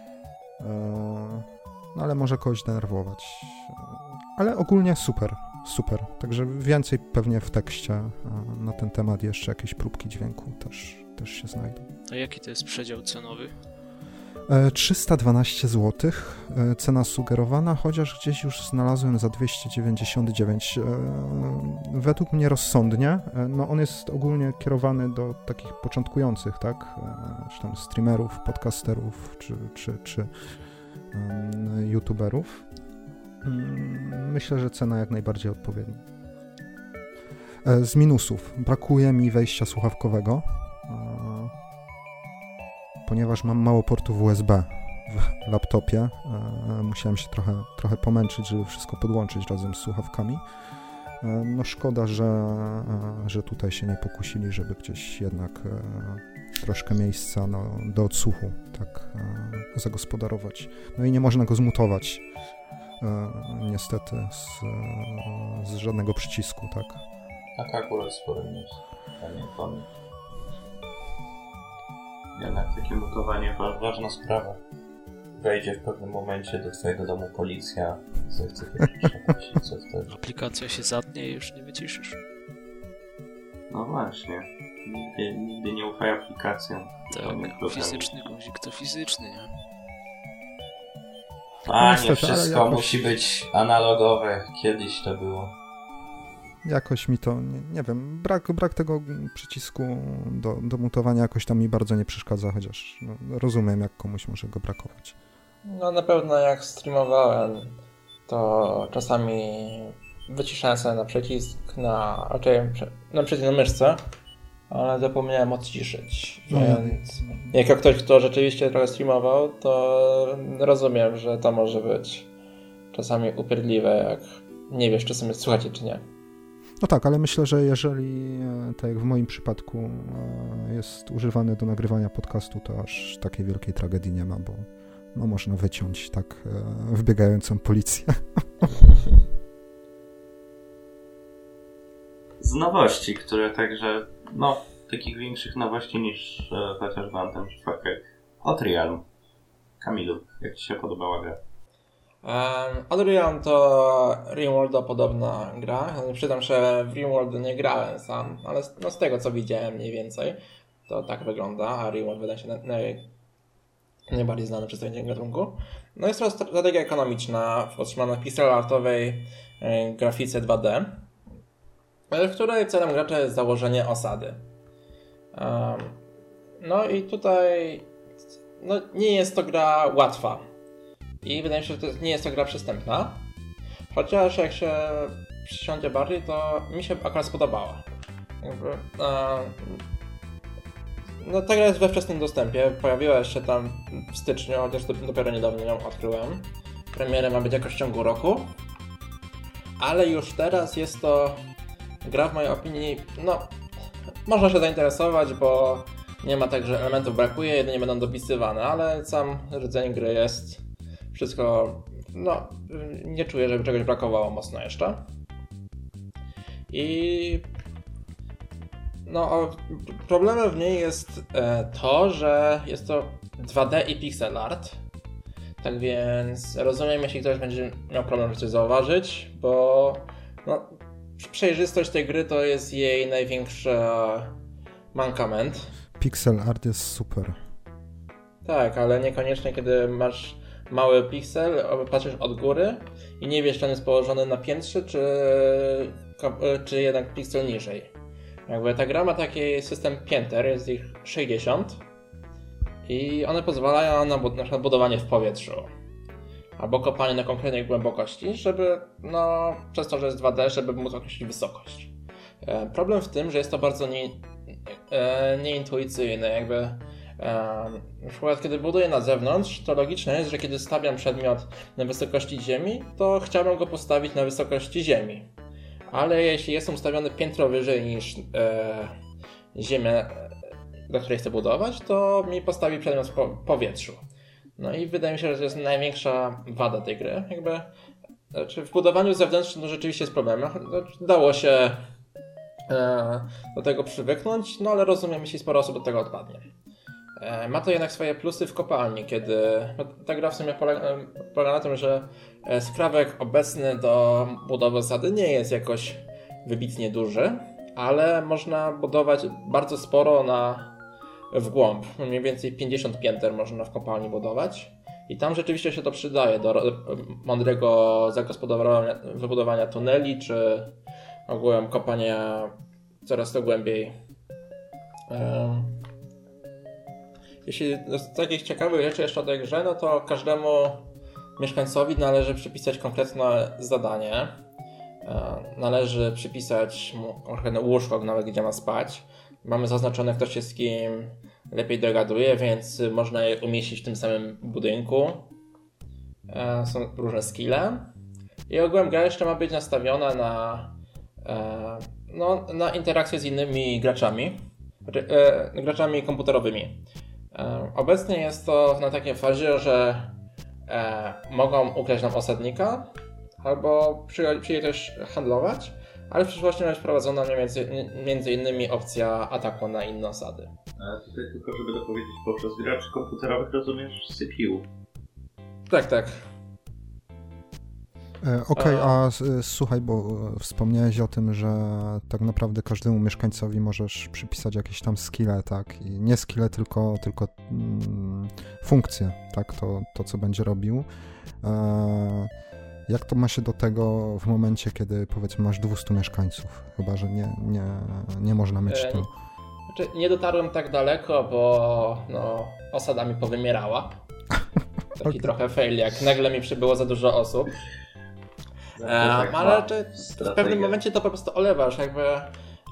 no, ale może kogoś denerwować. Ale ogólnie super, super. Także więcej pewnie w tekście na ten temat, jeszcze jakieś próbki dźwięku też, też się znajdą. A jaki to jest przedział cenowy? trzysta dwanaście złotych, cena sugerowana, chociaż gdzieś już znalazłem za dwieście dziewięćdziesiąt dziewięć. Według mnie rozsądnie. No on jest ogólnie kierowany do takich początkujących, tak? Czy tam streamerów, podcasterów, czy, czy, czy um, youtuberów. Myślę, że cena jak najbardziej odpowiednia. Z minusów. Brakuje mi wejścia słuchawkowego, ponieważ mam mało portów U S B w laptopie. Musiałem się trochę, trochę pomęczyć, żeby wszystko podłączyć razem z słuchawkami. No szkoda, że, że tutaj się nie pokusili, żeby gdzieś jednak troszkę miejsca no, do odsłuchu tak zagospodarować. No i nie można go zmutować niestety z, z żadnego przycisku, tak. Tak akurat sporo miejsc. Pamiętam. Jednak takie mutowanie to ważna sprawa. Wejdzie w pewnym momencie do twojego domu policja, zechce wyciszyć i co wtedy? Aplikacja się zatnie i już nie wyciszysz. No właśnie. Nigdy, nigdy nie ufaj aplikacjom. Tak, fizyczny guzik to fizyczny, nie? A, no, nie wszystko jakoś... musi być analogowe. Kiedyś to było. Jakoś mi to, nie, nie wiem, brak, brak tego przycisku do, do mutowania jakoś tam mi bardzo nie przeszkadza, chociaż no, rozumiem, jak komuś może go brakować. No na pewno jak streamowałem, to czasami wyciszałem sobie na przycisk, na, raczej na przycisk na myszce, ale zapomniałem odciszyć, no, więc no. jako ktoś, kto rzeczywiście trochę streamował, to rozumiem, że to może być czasami upierdliwe, jak nie wiesz, czy sobie słuchacie, czy nie. No tak, ale myślę, że jeżeli, tak jak w moim przypadku, jest używany do nagrywania podcastu, to aż takiej wielkiej tragedii nie ma, bo no, można wyciąć tak wbiegającą policję. Z nowości, które także, no, takich większych nowości niż e, chociażby Anthem cztery. Outrealm. Kamilu, jak Ci się podobała gra? Um, Outrealm to Rimworlda podobna gra. Przyznam, że w Rimworld nie grałem sam, ale no, z tego co widziałem mniej więcej, to tak wygląda, a Rimworld wydaje się na, na, najbardziej znany przedstawiciel gatunku. No jest to strategia ekonomiczna w otrzymanej pixelartowej grafice dwa D, w której celem gracza jest założenie osady. No i tutaj no, nie jest to gra łatwa i wydaje mi się, że to nie jest to gra przystępna, chociaż jak się przysiądzie bardziej, to mi się akurat spodobała. Jakby, no ta gra jest we wczesnym dostępie, pojawiła się tam w styczniu, chociaż dopiero niedawno ją odkryłem. Premiera ma być jakoś w ciągu roku, ale już teraz jest to gra w mojej opinii, no można się zainteresować, bo nie ma tak, że elementów brakuje, jedynie będą dopisywane, ale sam rdzeń gry jest wszystko, no nie czuję, żeby czegoś brakowało mocno jeszcze. I no problemem w niej jest to, że jest to dwa D i pixel art. Tak więc rozumiem, jeśli ktoś będzie miał problem, żeby coś zauważyć, bo no, przejrzystość tej gry to jest jej największy mankament. Pixel art jest super. Tak, ale niekoniecznie kiedy masz mały piksel, patrzysz od góry i nie wiesz, czy on jest położony na piętrze, czy, czy jednak piksel niżej. Jakby ta gra ma taki system pięter, jest ich sześćdziesiąt i one pozwalają na, na przykład budowanie w powietrzu albo kopanie na konkretnej głębokości, żeby, no, przez to, że jest dwa D, żeby móc określić wysokość. E, problem w tym, że jest to bardzo nie, e, nieintuicyjne, jakby e, na przykład kiedy buduję na zewnątrz, to logiczne jest, że kiedy stawiam przedmiot na wysokości ziemi, to chciałbym go postawić na wysokości ziemi. Ale jeśli jestem ustawiony piętro wyżej niż e, ziemię, do której chcę budować, to mi postawi przedmiot w po- powietrzu. No i wydaje mi się, że to jest największa wada tej gry. Jakby, znaczy w budowaniu zewnętrznym no rzeczywiście jest problem. Dało się e, do tego przywyknąć, no ale rozumiem, jeśli sporo osób do tego odpadnie. E, ma to jednak swoje plusy w kopalni, kiedy ta gra w sumie polega, polega na tym, że skrawek obecny do budowy osady nie jest jakoś wybitnie duży, ale można budować bardzo sporo na w głąb. Mniej więcej pięćdziesiąt pięter można w kopalni budować i tam rzeczywiście się to przydaje do mądrego zagospodarowania, wybudowania tuneli, czy ogółem kopania coraz to głębiej. Jeśli z takich ciekawych rzeczy jeszcze o tej grze, no to każdemu mieszkańcowi należy przypisać konkretne zadanie. Należy przypisać mu konkretne łóżko, nawet gdzie ma spać. Mamy zaznaczone, kto się z kim lepiej dogaduje, więc można je umieścić w tym samym budynku. Są różne skille. I ogółem gra jeszcze ma być nastawiona na, no, na interakcję z innymi graczami. Graczami komputerowymi. Obecnie jest to na takiej fazie, że E, mogą ukraść nam osadnika albo przyjąć też handlować, ale w przyszłości ma być wprowadzona między, między innymi opcja ataku na inne osady. A tutaj tylko, żeby dopowiedzieć, poprzez graczy komputerowych rozumiesz C P U. Tak, tak. E, Okej, okay, a słuchaj, bo wspomniałeś o tym, że tak naprawdę każdemu mieszkańcowi możesz przypisać jakieś tam skille, tak? I nie skille, tylko, tylko mm, funkcje, tak? To, to, co będzie robił. E, jak to ma się do tego w momencie, kiedy powiedzmy masz dwieście mieszkańców? Chyba, że nie, nie, nie można mieć e, tu. Znaczy, nie dotarłem tak daleko, bo no, osada mi powymierała. Taki okay. trochę fail, jak nagle mi przybyło za dużo osób. E, ale czy w pewnym momencie to po prostu olewasz, jakby e,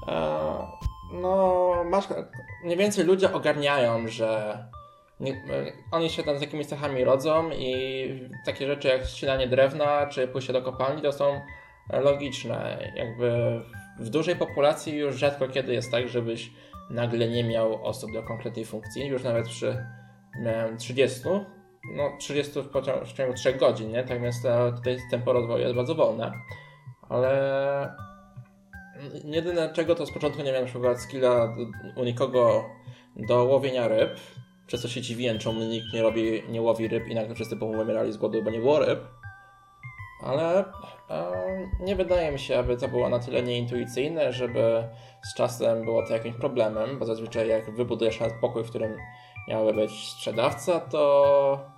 no masz, mniej więcej ludzie ogarniają, że nie, oni się tam z jakimiś cechami rodzą i takie rzeczy jak ścinanie drewna czy pójście do kopalni to są logiczne. Jakby w dużej populacji już rzadko kiedy jest tak, żebyś nagle nie miał osób do konkretnej funkcji. Już nawet przy miałem trzydziestu, no trzydzieści w, pociągu, w ciągu trzech godzin, nie? Tak więc to, tutaj tempo rozwoju jest bardzo wolne. Ale jedyne czego to z początku nie miałem na przykład skilla u nikogo do łowienia ryb, przez co się dziwiłem, czemu nikt nie robi, nie łowi ryb i nagle wszyscy powymierali z głodu, bo nie było ryb. Ale e, nie wydaje mi się, aby to było na tyle nieintuicyjne, żeby z czasem było to jakimś problemem, bo zazwyczaj jak wybudujesz pokój, w którym miałby być sprzedawca, to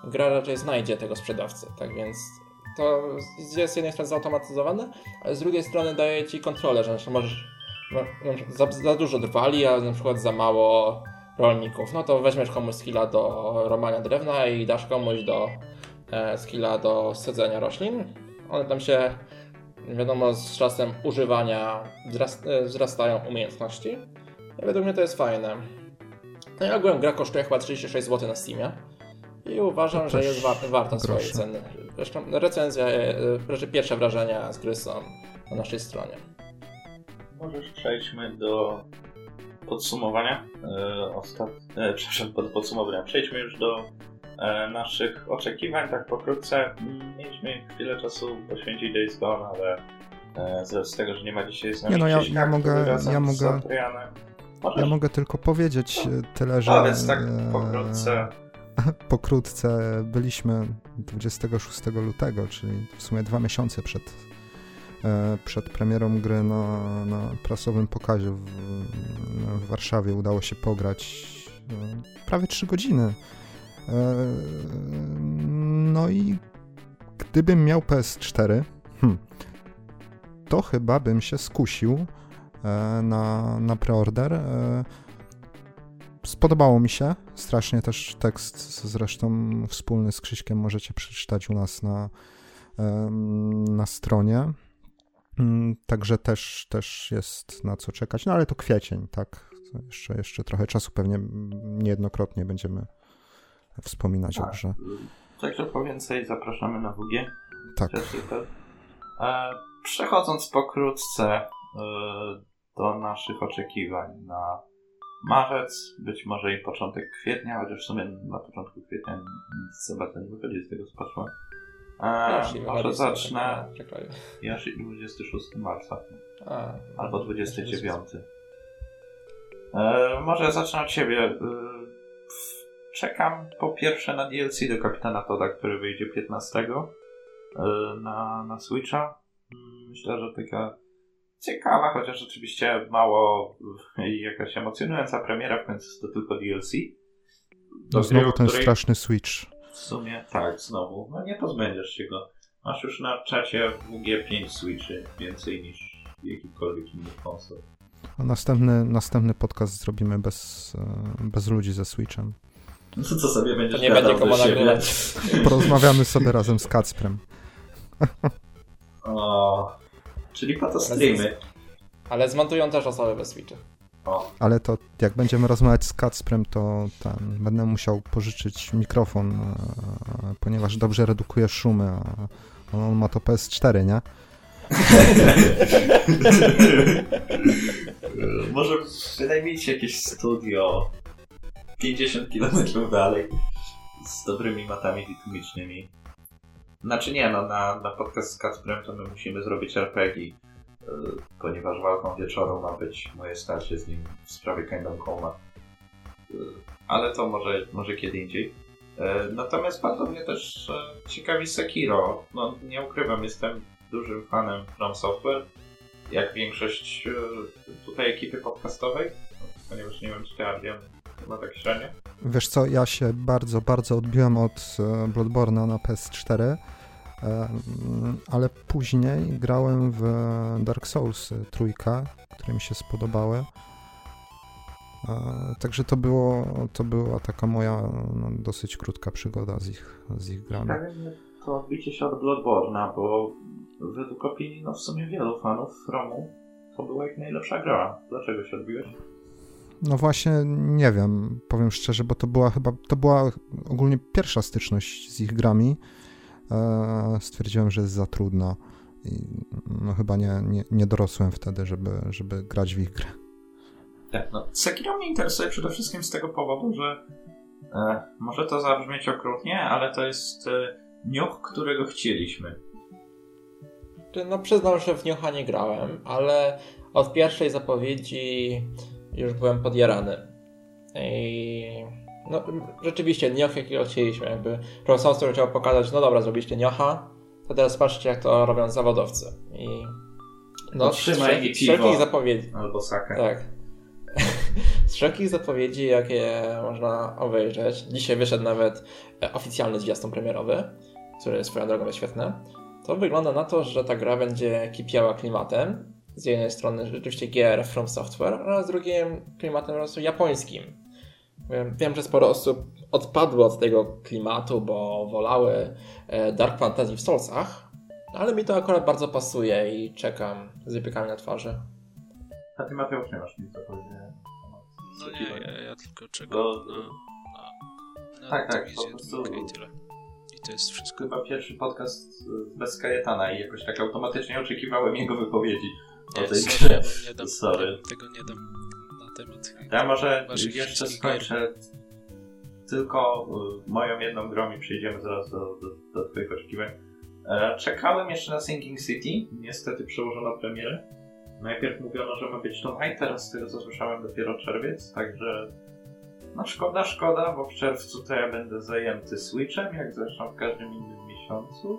gra raczej znajdzie tego sprzedawcę, tak więc to jest z jednej strony zautomatyzowane, ale z drugiej strony daje ci kontrolę, że na przykład możesz no, za, za dużo drwali, a na przykład za mało rolników, no to weźmiesz komuś skilla do romania drewna i dasz komuś do e, skilla do sadzenia roślin. One tam się, wiadomo, z czasem używania wzrast, wzrastają umiejętności. I według mnie to jest fajne. No i ogółem gra kosztuje chyba trzydzieści sześć złotych na Steamie i uważam, że jest war, warta swojej ceny. Zresztą recenzja, znaczy pierwsze wrażenia z gry są na naszej stronie. Może przejdźmy do podsumowania. E, ostat... e, przepraszam, pod podsumowania. Przejdźmy już do e, naszych oczekiwań, tak pokrótce. Mieliśmy chwilę czasu poświęcić Days Gone, ale e, z tego, że nie ma dzisiaj z nami Nie no, ja, Krzyśka, ja mogę, ja mogę, ja mogę tylko powiedzieć no. tyle, że Powiedz tak pokrótce. Pokrótce byliśmy dwudziestego szóstego lutego, czyli w sumie dwa miesiące przed, przed premierą gry na, na prasowym pokazie w, w Warszawie. Udało się pograć prawie trzy godziny. No i gdybym miał P S cztery, hmm, to chyba bym się skusił na, na preorder. Spodobało mi się, strasznie też tekst zresztą wspólny z Krzyśkiem możecie przeczytać u nas na, na stronie, także też, też jest na co czekać, no ale to kwiecień, tak, jeszcze, jeszcze trochę czasu, pewnie niejednokrotnie będziemy wspominać tak. o grze. Także po więcej zapraszamy na W G. Tak. E, przechodząc pokrótce e, do naszych oczekiwań na marzec, być może i początek kwietnia, chociaż w sumie na początku kwietnia nic za bardzo nie wychodzi z tego, co patrzyłem. E, może zacznę Yoshi dwudziestego szóstego marca. A, albo dwudziestego dziewiątego. E, może zacznę od siebie. E, czekam po pierwsze na D L C do Kapitana Todda, który wyjdzie piętnastego e, na, na Switcha. Myślę, że taka ciekawa, chociaż oczywiście mało i jakaś emocjonująca premiera, w końcu to tylko D L C. No znowu ten straszny Switch. W sumie tak, znowu. No nie pozbędziesz się go. Masz już na czacie W G pięć Switchy, więcej niż jakikolwiek inny konsol. A następny, następny podcast zrobimy bez, bez ludzi ze Switchem. No to co sobie będziesz to nie będzie komu nagrywać. Porozmawiamy sobie razem z Kacprem. O, czyli po to streamy. Ale zmontują też osoby bez Switcha. O. Ale to jak będziemy rozmawiać z Kacprem, to ten, będę musiał pożyczyć mikrofon, ponieważ dobrze redukuje szumy, a on ma to P S cztery, nie? Może wynajmijcie jakieś studio pięćdziesiąt kilometrów dalej z dobrymi matami bitumicznymi. Znaczy nie, no na, na podcast z Kacprem to my musimy zrobić R P G, yy, ponieważ walką wieczoru ma być moje starcie z nim w sprawie Kingdom Come'a. Yy, ale to może, może kiedy indziej. Yy, natomiast bardzo mnie też yy, ciekawi Sekiro. No nie ukrywam, jestem dużym fanem From Software, jak większość yy, tutaj ekipy podcastowej, no, ponieważ nie wiem, czy ty, Adrian, ma tak średnio. Wiesz co, ja się bardzo, bardzo odbiłem od Bloodborne'a na P S cztery, ale później grałem w Dark Souls trójkę, które mi się spodobały. Także to było, to była taka moja no, dosyć krótka przygoda z ich, z ich grami. Tak, to odbicie się od Bloodborne'a, bo według opinii no w sumie wielu fanów Fromu to była ich najlepsza gra. Dlaczego się odbiłeś? No właśnie, nie wiem, powiem szczerze, bo to była chyba, to była ogólnie pierwsza styczność z ich grami. E, stwierdziłem, że jest za trudna i no chyba nie, nie, nie dorosłem wtedy, żeby, żeby grać w ich grę. Tak, no Sekiro mnie interesuje przede wszystkim z tego powodu, że e, może to zabrzmieć okrutnie, ale to jest e, Nioh, którego chcieliśmy. No przyznam, że w Nioha nie grałem, ale od pierwszej zapowiedzi już byłem podjarany. I no rzeczywiście Nioh, jakiego chcieliśmy, jakby From Software chciał pokazać, no dobra, zrobiliście Nioha, to teraz patrzcie, jak to robią zawodowcy. I no trzymaj wszelkich zapowiedzi. Albo sakę. Tak. z wszelkich zapowiedzi, jakie można obejrzeć, dzisiaj wyszedł nawet oficjalny zwiastun premierowy, który swoją drogą jest świetny, to wygląda na to, że ta gra będzie kipiała klimatem. Z jednej strony rzeczywiście gier From Software, a z drugiej klimatem po prostu japońskim. Wiem, że sporo osób odpadło od tego klimatu, bo wolały Dark Fantasy w Soulsach, ale mi to akurat bardzo pasuje i czekam z wypiekami na twarzy. A ty, Mateusz, nie masz nic do powiedzenia? No nie, ja, ja tylko czekam Bo... na, na, na tak, tak, wizję po prostu... i tyle. I to jest wszystko. Chyba pierwszy podcast bez Kajetana i jakoś tak automatycznie oczekiwałem jego wypowiedzi. Nie, o tej sorry, grze. ja nie dam, Sorry. tego nie dam na temat. Ja może waszych jeszcze wszystkich skończę gier. tylko y, moją jedną grą i przejdziemy zaraz do, do, do twoich oczekiwań. E, czekałem jeszcze na Sinking City. Niestety przełożono premierę. Najpierw mówiono, że ma być to maj, teraz z tego co słyszałem dopiero czerwiec, także no szkoda, szkoda, bo w czerwcu to ja będę zajęty Switchem, jak zresztą w każdym innym miesiącu.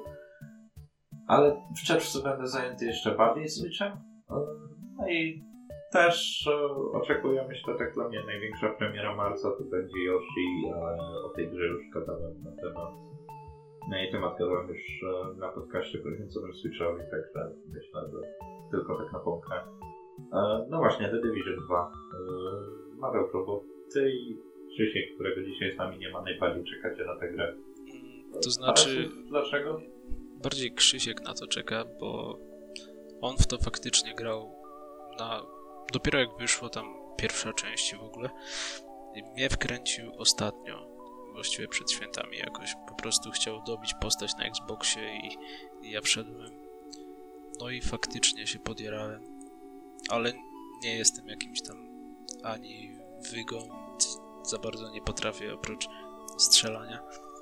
Ale w czerwcu będę zajęty jeszcze bardziej Switchem. No i też e, oczekuję, myślę, tak dla mnie największa premiera marca to będzie Yoshi, ale o tej grze już gadałem na temat. Na jej temat gadałem już e, na podcaście poświęconym Switchowi, także myślę, że tylko tak na pompkę. E, no właśnie, The Division dwa. E, Mateusz, bo ty i Krzysiek, którego dzisiaj z nami nie ma, najbardziej czekacie na tę grę. To znaczy... Dlaczego? Bardziej Krzysiek na to czeka, bo on w to faktycznie grał na... Dopiero jak wyszło tam pierwsza część w ogóle. I mnie wkręcił ostatnio, właściwie przed świętami jakoś. Po prostu chciał dobić postać na Xboxie i, i ja wszedłem. No i faktycznie się podjarałem. Ale nie jestem jakimś tam ani wygą, za bardzo nie potrafię oprócz strzelania.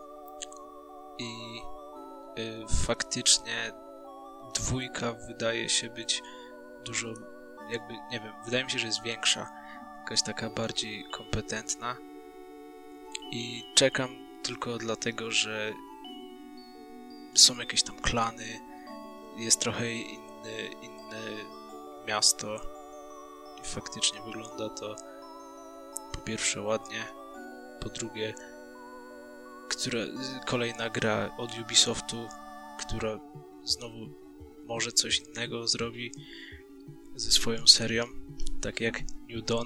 I y, faktycznie dwójka wydaje się być dużo, jakby, nie wiem, wydaje mi się, że jest większa, jakaś taka bardziej kompetentna i czekam tylko dlatego, że są jakieś tam klany, jest trochę inny, inne miasto i faktycznie wygląda to po pierwsze ładnie, po drugie która, kolejna gra od Ubisoftu, która znowu może coś innego zrobi ze swoją serią, tak jak New Dawn.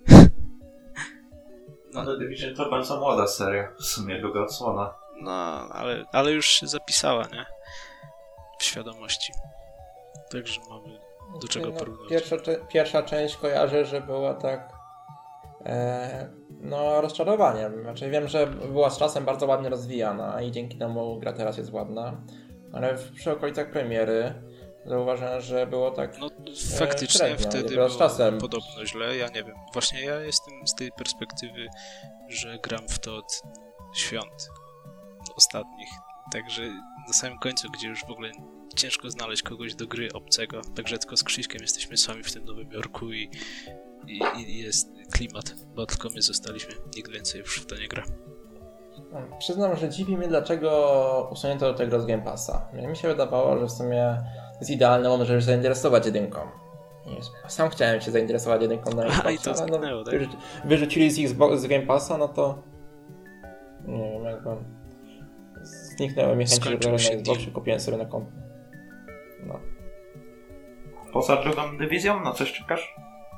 No, The Division to bardzo młoda seria, w sumie druga odsłona. No, ale, ale już się zapisała, nie? W świadomości. Także mamy do czego porównywać. Pierwsza, pierwsza część kojarzę, że była tak e, no rozczarowaniem. Znaczy wiem, że była z czasem bardzo ładnie rozwijana i dzięki temu gra teraz jest ładna, ale w, przy okolicach premiery zauważyłem, że było tak no faktycznie średnio, wtedy było czasem. Podobno źle, ja nie wiem. Właśnie ja jestem z tej perspektywy, że gram w to od świąt ostatnich. Także na samym końcu, gdzie już w ogóle ciężko znaleźć kogoś do gry obcego. Także tylko z Krzyśkiem jesteśmy sami w tym Nowym Jorku i, i, i jest klimat, bo tylko my zostaliśmy. Nikt więcej już w to nie gra. Przyznam, że dziwi mnie, dlaczego usunięto do tego z Game Passa. Mi się wydawało, że w sumie jest idealny moment, żeby się zainteresować jedynką. Sam chciałem się zainteresować jedynką na Xboxa, A, i to zniknęło, no, tak? wyrzuci- wyrzucili z, Xbox, z Game Passa, no to nie wiem, jakby zniknęły mi chęci, żeby grać na Xboxie, kupiłem sobie na komp. No. Poza drugą dywizją, na coś czekasz?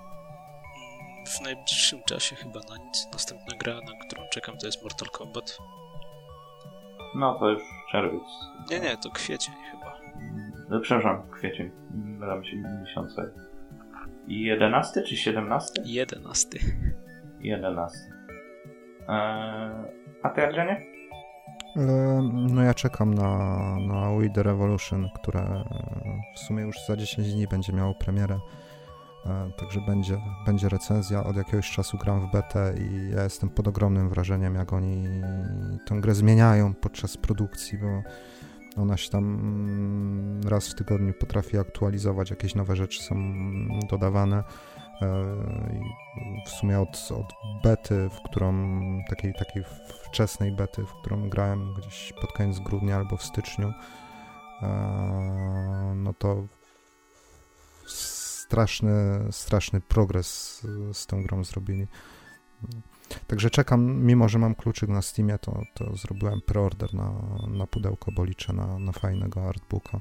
W najbliższym czasie chyba na nic. Następna gra, na którą czekam, to jest Mortal Kombat. No to już czerwiec. Nie, nie, to kwiecień chyba. No, przepraszam, kwiecień. Dam się miesiące. I jedenasty czy siedemnasty? Jedenasty. Jedenasty. Eee, a ty, Adrianie? No ja czekam na, na We The Revolution, które w sumie już za dziesięć dni będzie miało premierę. Także będzie, będzie recenzja. Od jakiegoś czasu gram w betę i ja jestem pod ogromnym wrażeniem, jak oni tę grę zmieniają podczas produkcji, bo ona się tam raz w tygodniu potrafi aktualizować, jakieś nowe rzeczy są dodawane. I w sumie od, od bety, w którą, takiej, takiej wczesnej bety, w którą grałem gdzieś pod koniec grudnia albo w styczniu, no to straszny, straszny progres z tą grą zrobili. Także czekam, mimo że mam kluczyk na Steamie, to, to zrobiłem preorder na, na pudełko, bo liczę na, na fajnego artbooka.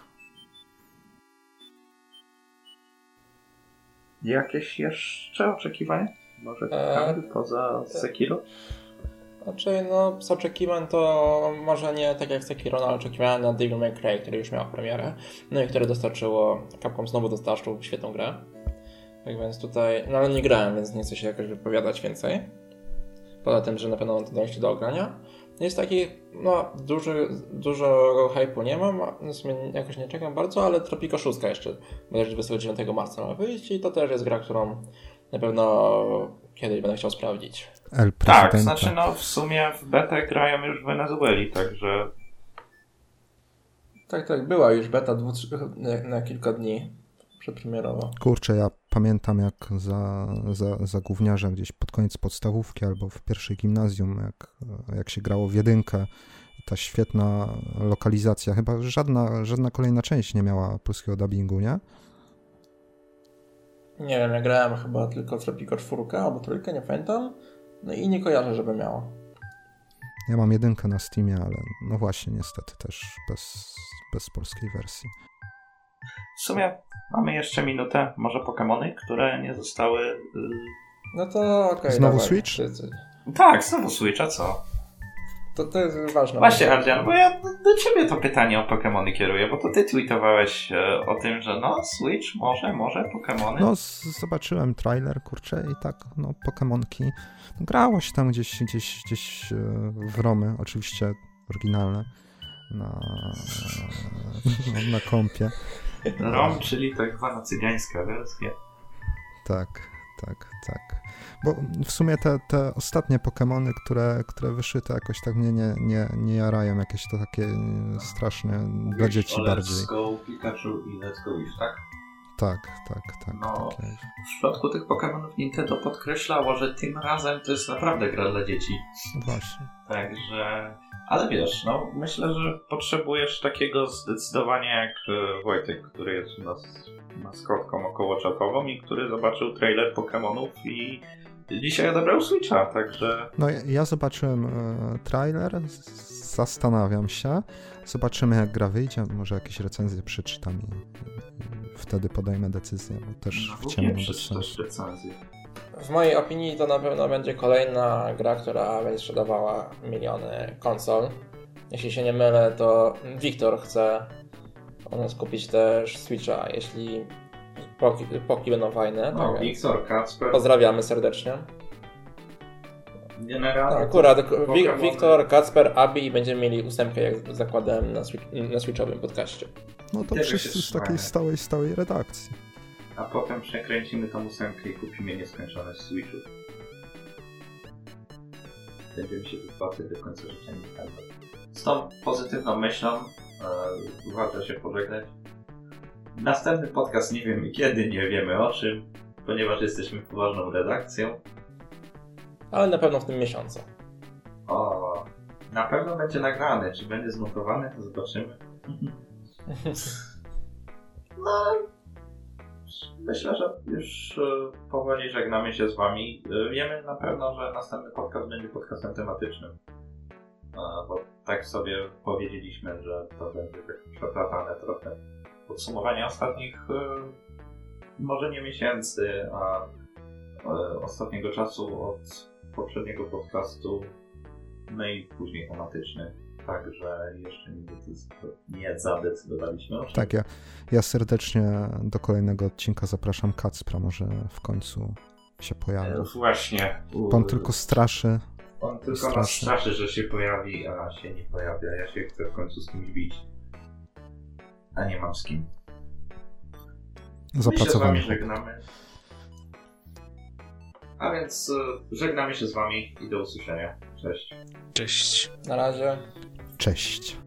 Jakieś jeszcze oczekiwania? Może Eee, poza Sekiro? Znaczy, no, z oczekiwań to może nie tak jak Sekiro, no, ale oczekiwałem na Devil May Cry, który już miał premierę, no i które dostarczyło, Capcom znowu dostarczył świetną grę. Tak więc tutaj, no ale nie grałem, więc nie chcę się jakoś wypowiadać więcej. Poza tym, że na pewno to dojście do ogrania. Jest taki, no, duży, dużo hype'u nie mam, w sumie jakoś nie czekam bardzo, ale Tropico sześć jeszcze, bodajże dwudziestego dziewiątego marca ma wyjść i to też jest gra, którą na pewno kiedyś będę chciał sprawdzić. El tak, znaczy no w sumie w betę grają już w Wenezueli, także... Tak, tak, była już beta dwu, na, na kilka dni przedpremierowa. Kurczę, ja pamiętam jak za, za, za gówniarza gdzieś pod koniec podstawówki albo w pierwszej gimnazjum, jak, jak się grało w jedynkę, ta świetna lokalizacja, chyba żadna, żadna kolejna część nie miała polskiego dubbingu, nie? Nie wiem, ja grałem chyba tylko w Tropico cztery albo trójkę, nie pamiętam. No i nie kojarzę, żeby miało. Ja mam jedynkę na Steamie, ale no właśnie niestety też bez, bez polskiej wersji. W sumie mamy jeszcze minutę, może Pokemony, które nie zostały... Yy... No to okej. Okay, znowu dawaj. Switch? Tak, znowu Switch, a co? To, to jest ważne. Właśnie, Adrian, bo ja do, do ciebie to pytanie o Pokemony kieruję, bo to ty tweetowałeś e, o tym, że no Switch, może, może Pokemony. No z, zobaczyłem trailer, kurczę, i tak, no Pokemonki. No, grało się tam gdzieś, gdzieś, gdzieś e, w Romy, oczywiście oryginalne, na, no, na kompie. Rom, czyli tak zwana cygańska wersja. Tak, tak, tak. Bo w sumie te, te ostatnie Pokemony, które, które wyszły, to jakoś tak mnie nie, nie, nie jarają. Jakieś to takie straszne dla dzieci Let's bardziej. Let's Go Pikachu i Let's Go Eevee, tak? Tak, tak, tak. No, takie. w przypadku tych Pokemonów Nintendo podkreślało, że tym razem to jest naprawdę gra dla dzieci. Właśnie. Także... Ale wiesz, no myślę, że potrzebujesz takiego zdecydowanie jak Wojtek, który jest u nas maskotką okołoczatową i który zobaczył trailer Pokemonów i dzisiaj odebrał Switcha, także... No ja, ja zobaczyłem e, trailer, zastanawiam się, zobaczymy jak gra wyjdzie, może jakieś recenzje przeczytam i, i wtedy podejmę decyzję, bo też no, chciałem nie bez sensu. recenzję. W mojej opinii to na pewno będzie kolejna gra, która będzie sprzedawała miliony konsol. Jeśli się nie mylę, to Wiktor chce skupić też Switcha, jeśli poki, poki będą fajne. No, tak Wiktor, Kacper. Pozdrawiamy serdecznie. Generalnie. Tak, akurat Pokemony... Wiktor, Kacper, Abi i będziemy mieli ósemkę, jak zakładałem na, switch, na switchowym podcaście. No to Też wszyscy z takiej stałej, stałej redakcji. A potem przekręcimy tą ósemkę i kupimy nieskończone Switchów. Będziemy się wypłacać do końca życia Nintendo. Z tą pozytywną myślą e, warto się pożegnać. Następny podcast nie wiemy kiedy, nie wiemy o czym, ponieważ jesteśmy poważną redakcją. Ale na pewno w tym miesiącu. O, na pewno będzie nagrany. Czy będzie zmontowany, to zobaczymy. No, myślę, że już powoli żegnamy się z wami. Wiemy na pewno, że następny podcast będzie podcastem tematycznym. Bo tak sobie powiedzieliśmy, że to będzie tak przeplatane trochę. Podsumowanie ostatnich, może nie miesięcy, a ostatniego czasu od poprzedniego podcastu, no i później tematyczny. Także jeszcze nie, nie zadecydowaliśmy. Tak, ja, ja serdecznie do kolejnego odcinka zapraszam Kacpra, może w końcu się pojawi. E, właśnie. Pan tylko straszy. On tylko straszy. nas straszy, że się pojawi, a się nie pojawia. Ja się chcę w końcu z kimś bić. A nie mam z kim. Zapracowany. My się z wami żegnamy. A więc żegnamy się z wami i do usłyszenia. Cześć. Cześć. Na razie. Cześć.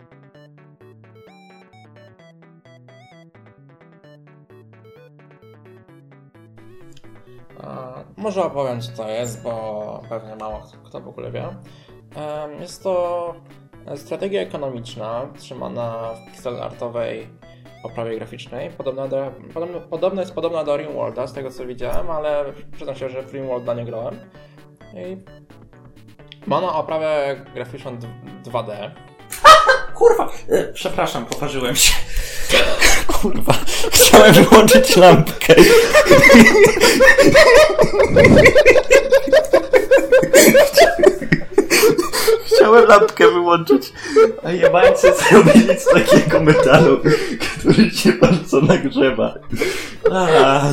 E, może opowiem co to jest, bo pewnie mało kto w ogóle wie. E, jest to strategia ekonomiczna trzymana w pixel artowej oprawie graficznej. Podobna, do, podobno, podobno jest podobna do RimWorlda, z tego co widziałem, ale przyznam się, że w RimWorlda nie grałem. I ma ona oprawę graficzną dwa D. Kurwa! E, przepraszam, poparzyłem się. Kurwa, chciałem wyłączyć lampkę. Chciałem lampkę wyłączyć, a jebańcy zrobili z takiego metalu, który się bardzo nagrzewa. A...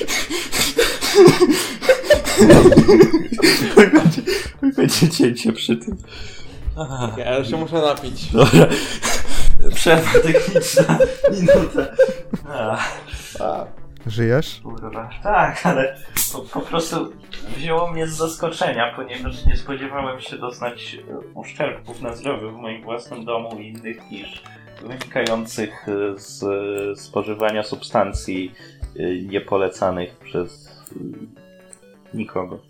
Będzie cięcie przy tym. A. Ja już się muszę napić. Dobra. Przerwa techniczna. Minuta. A. A. Żyjesz? Kurwa. Tak, ale po, po prostu wzięło mnie z zaskoczenia, ponieważ nie spodziewałem się doznać uszczerbków na zdrowiu w moim własnym domu innych niż wynikających z spożywania substancji niepolecanych przez nikogo.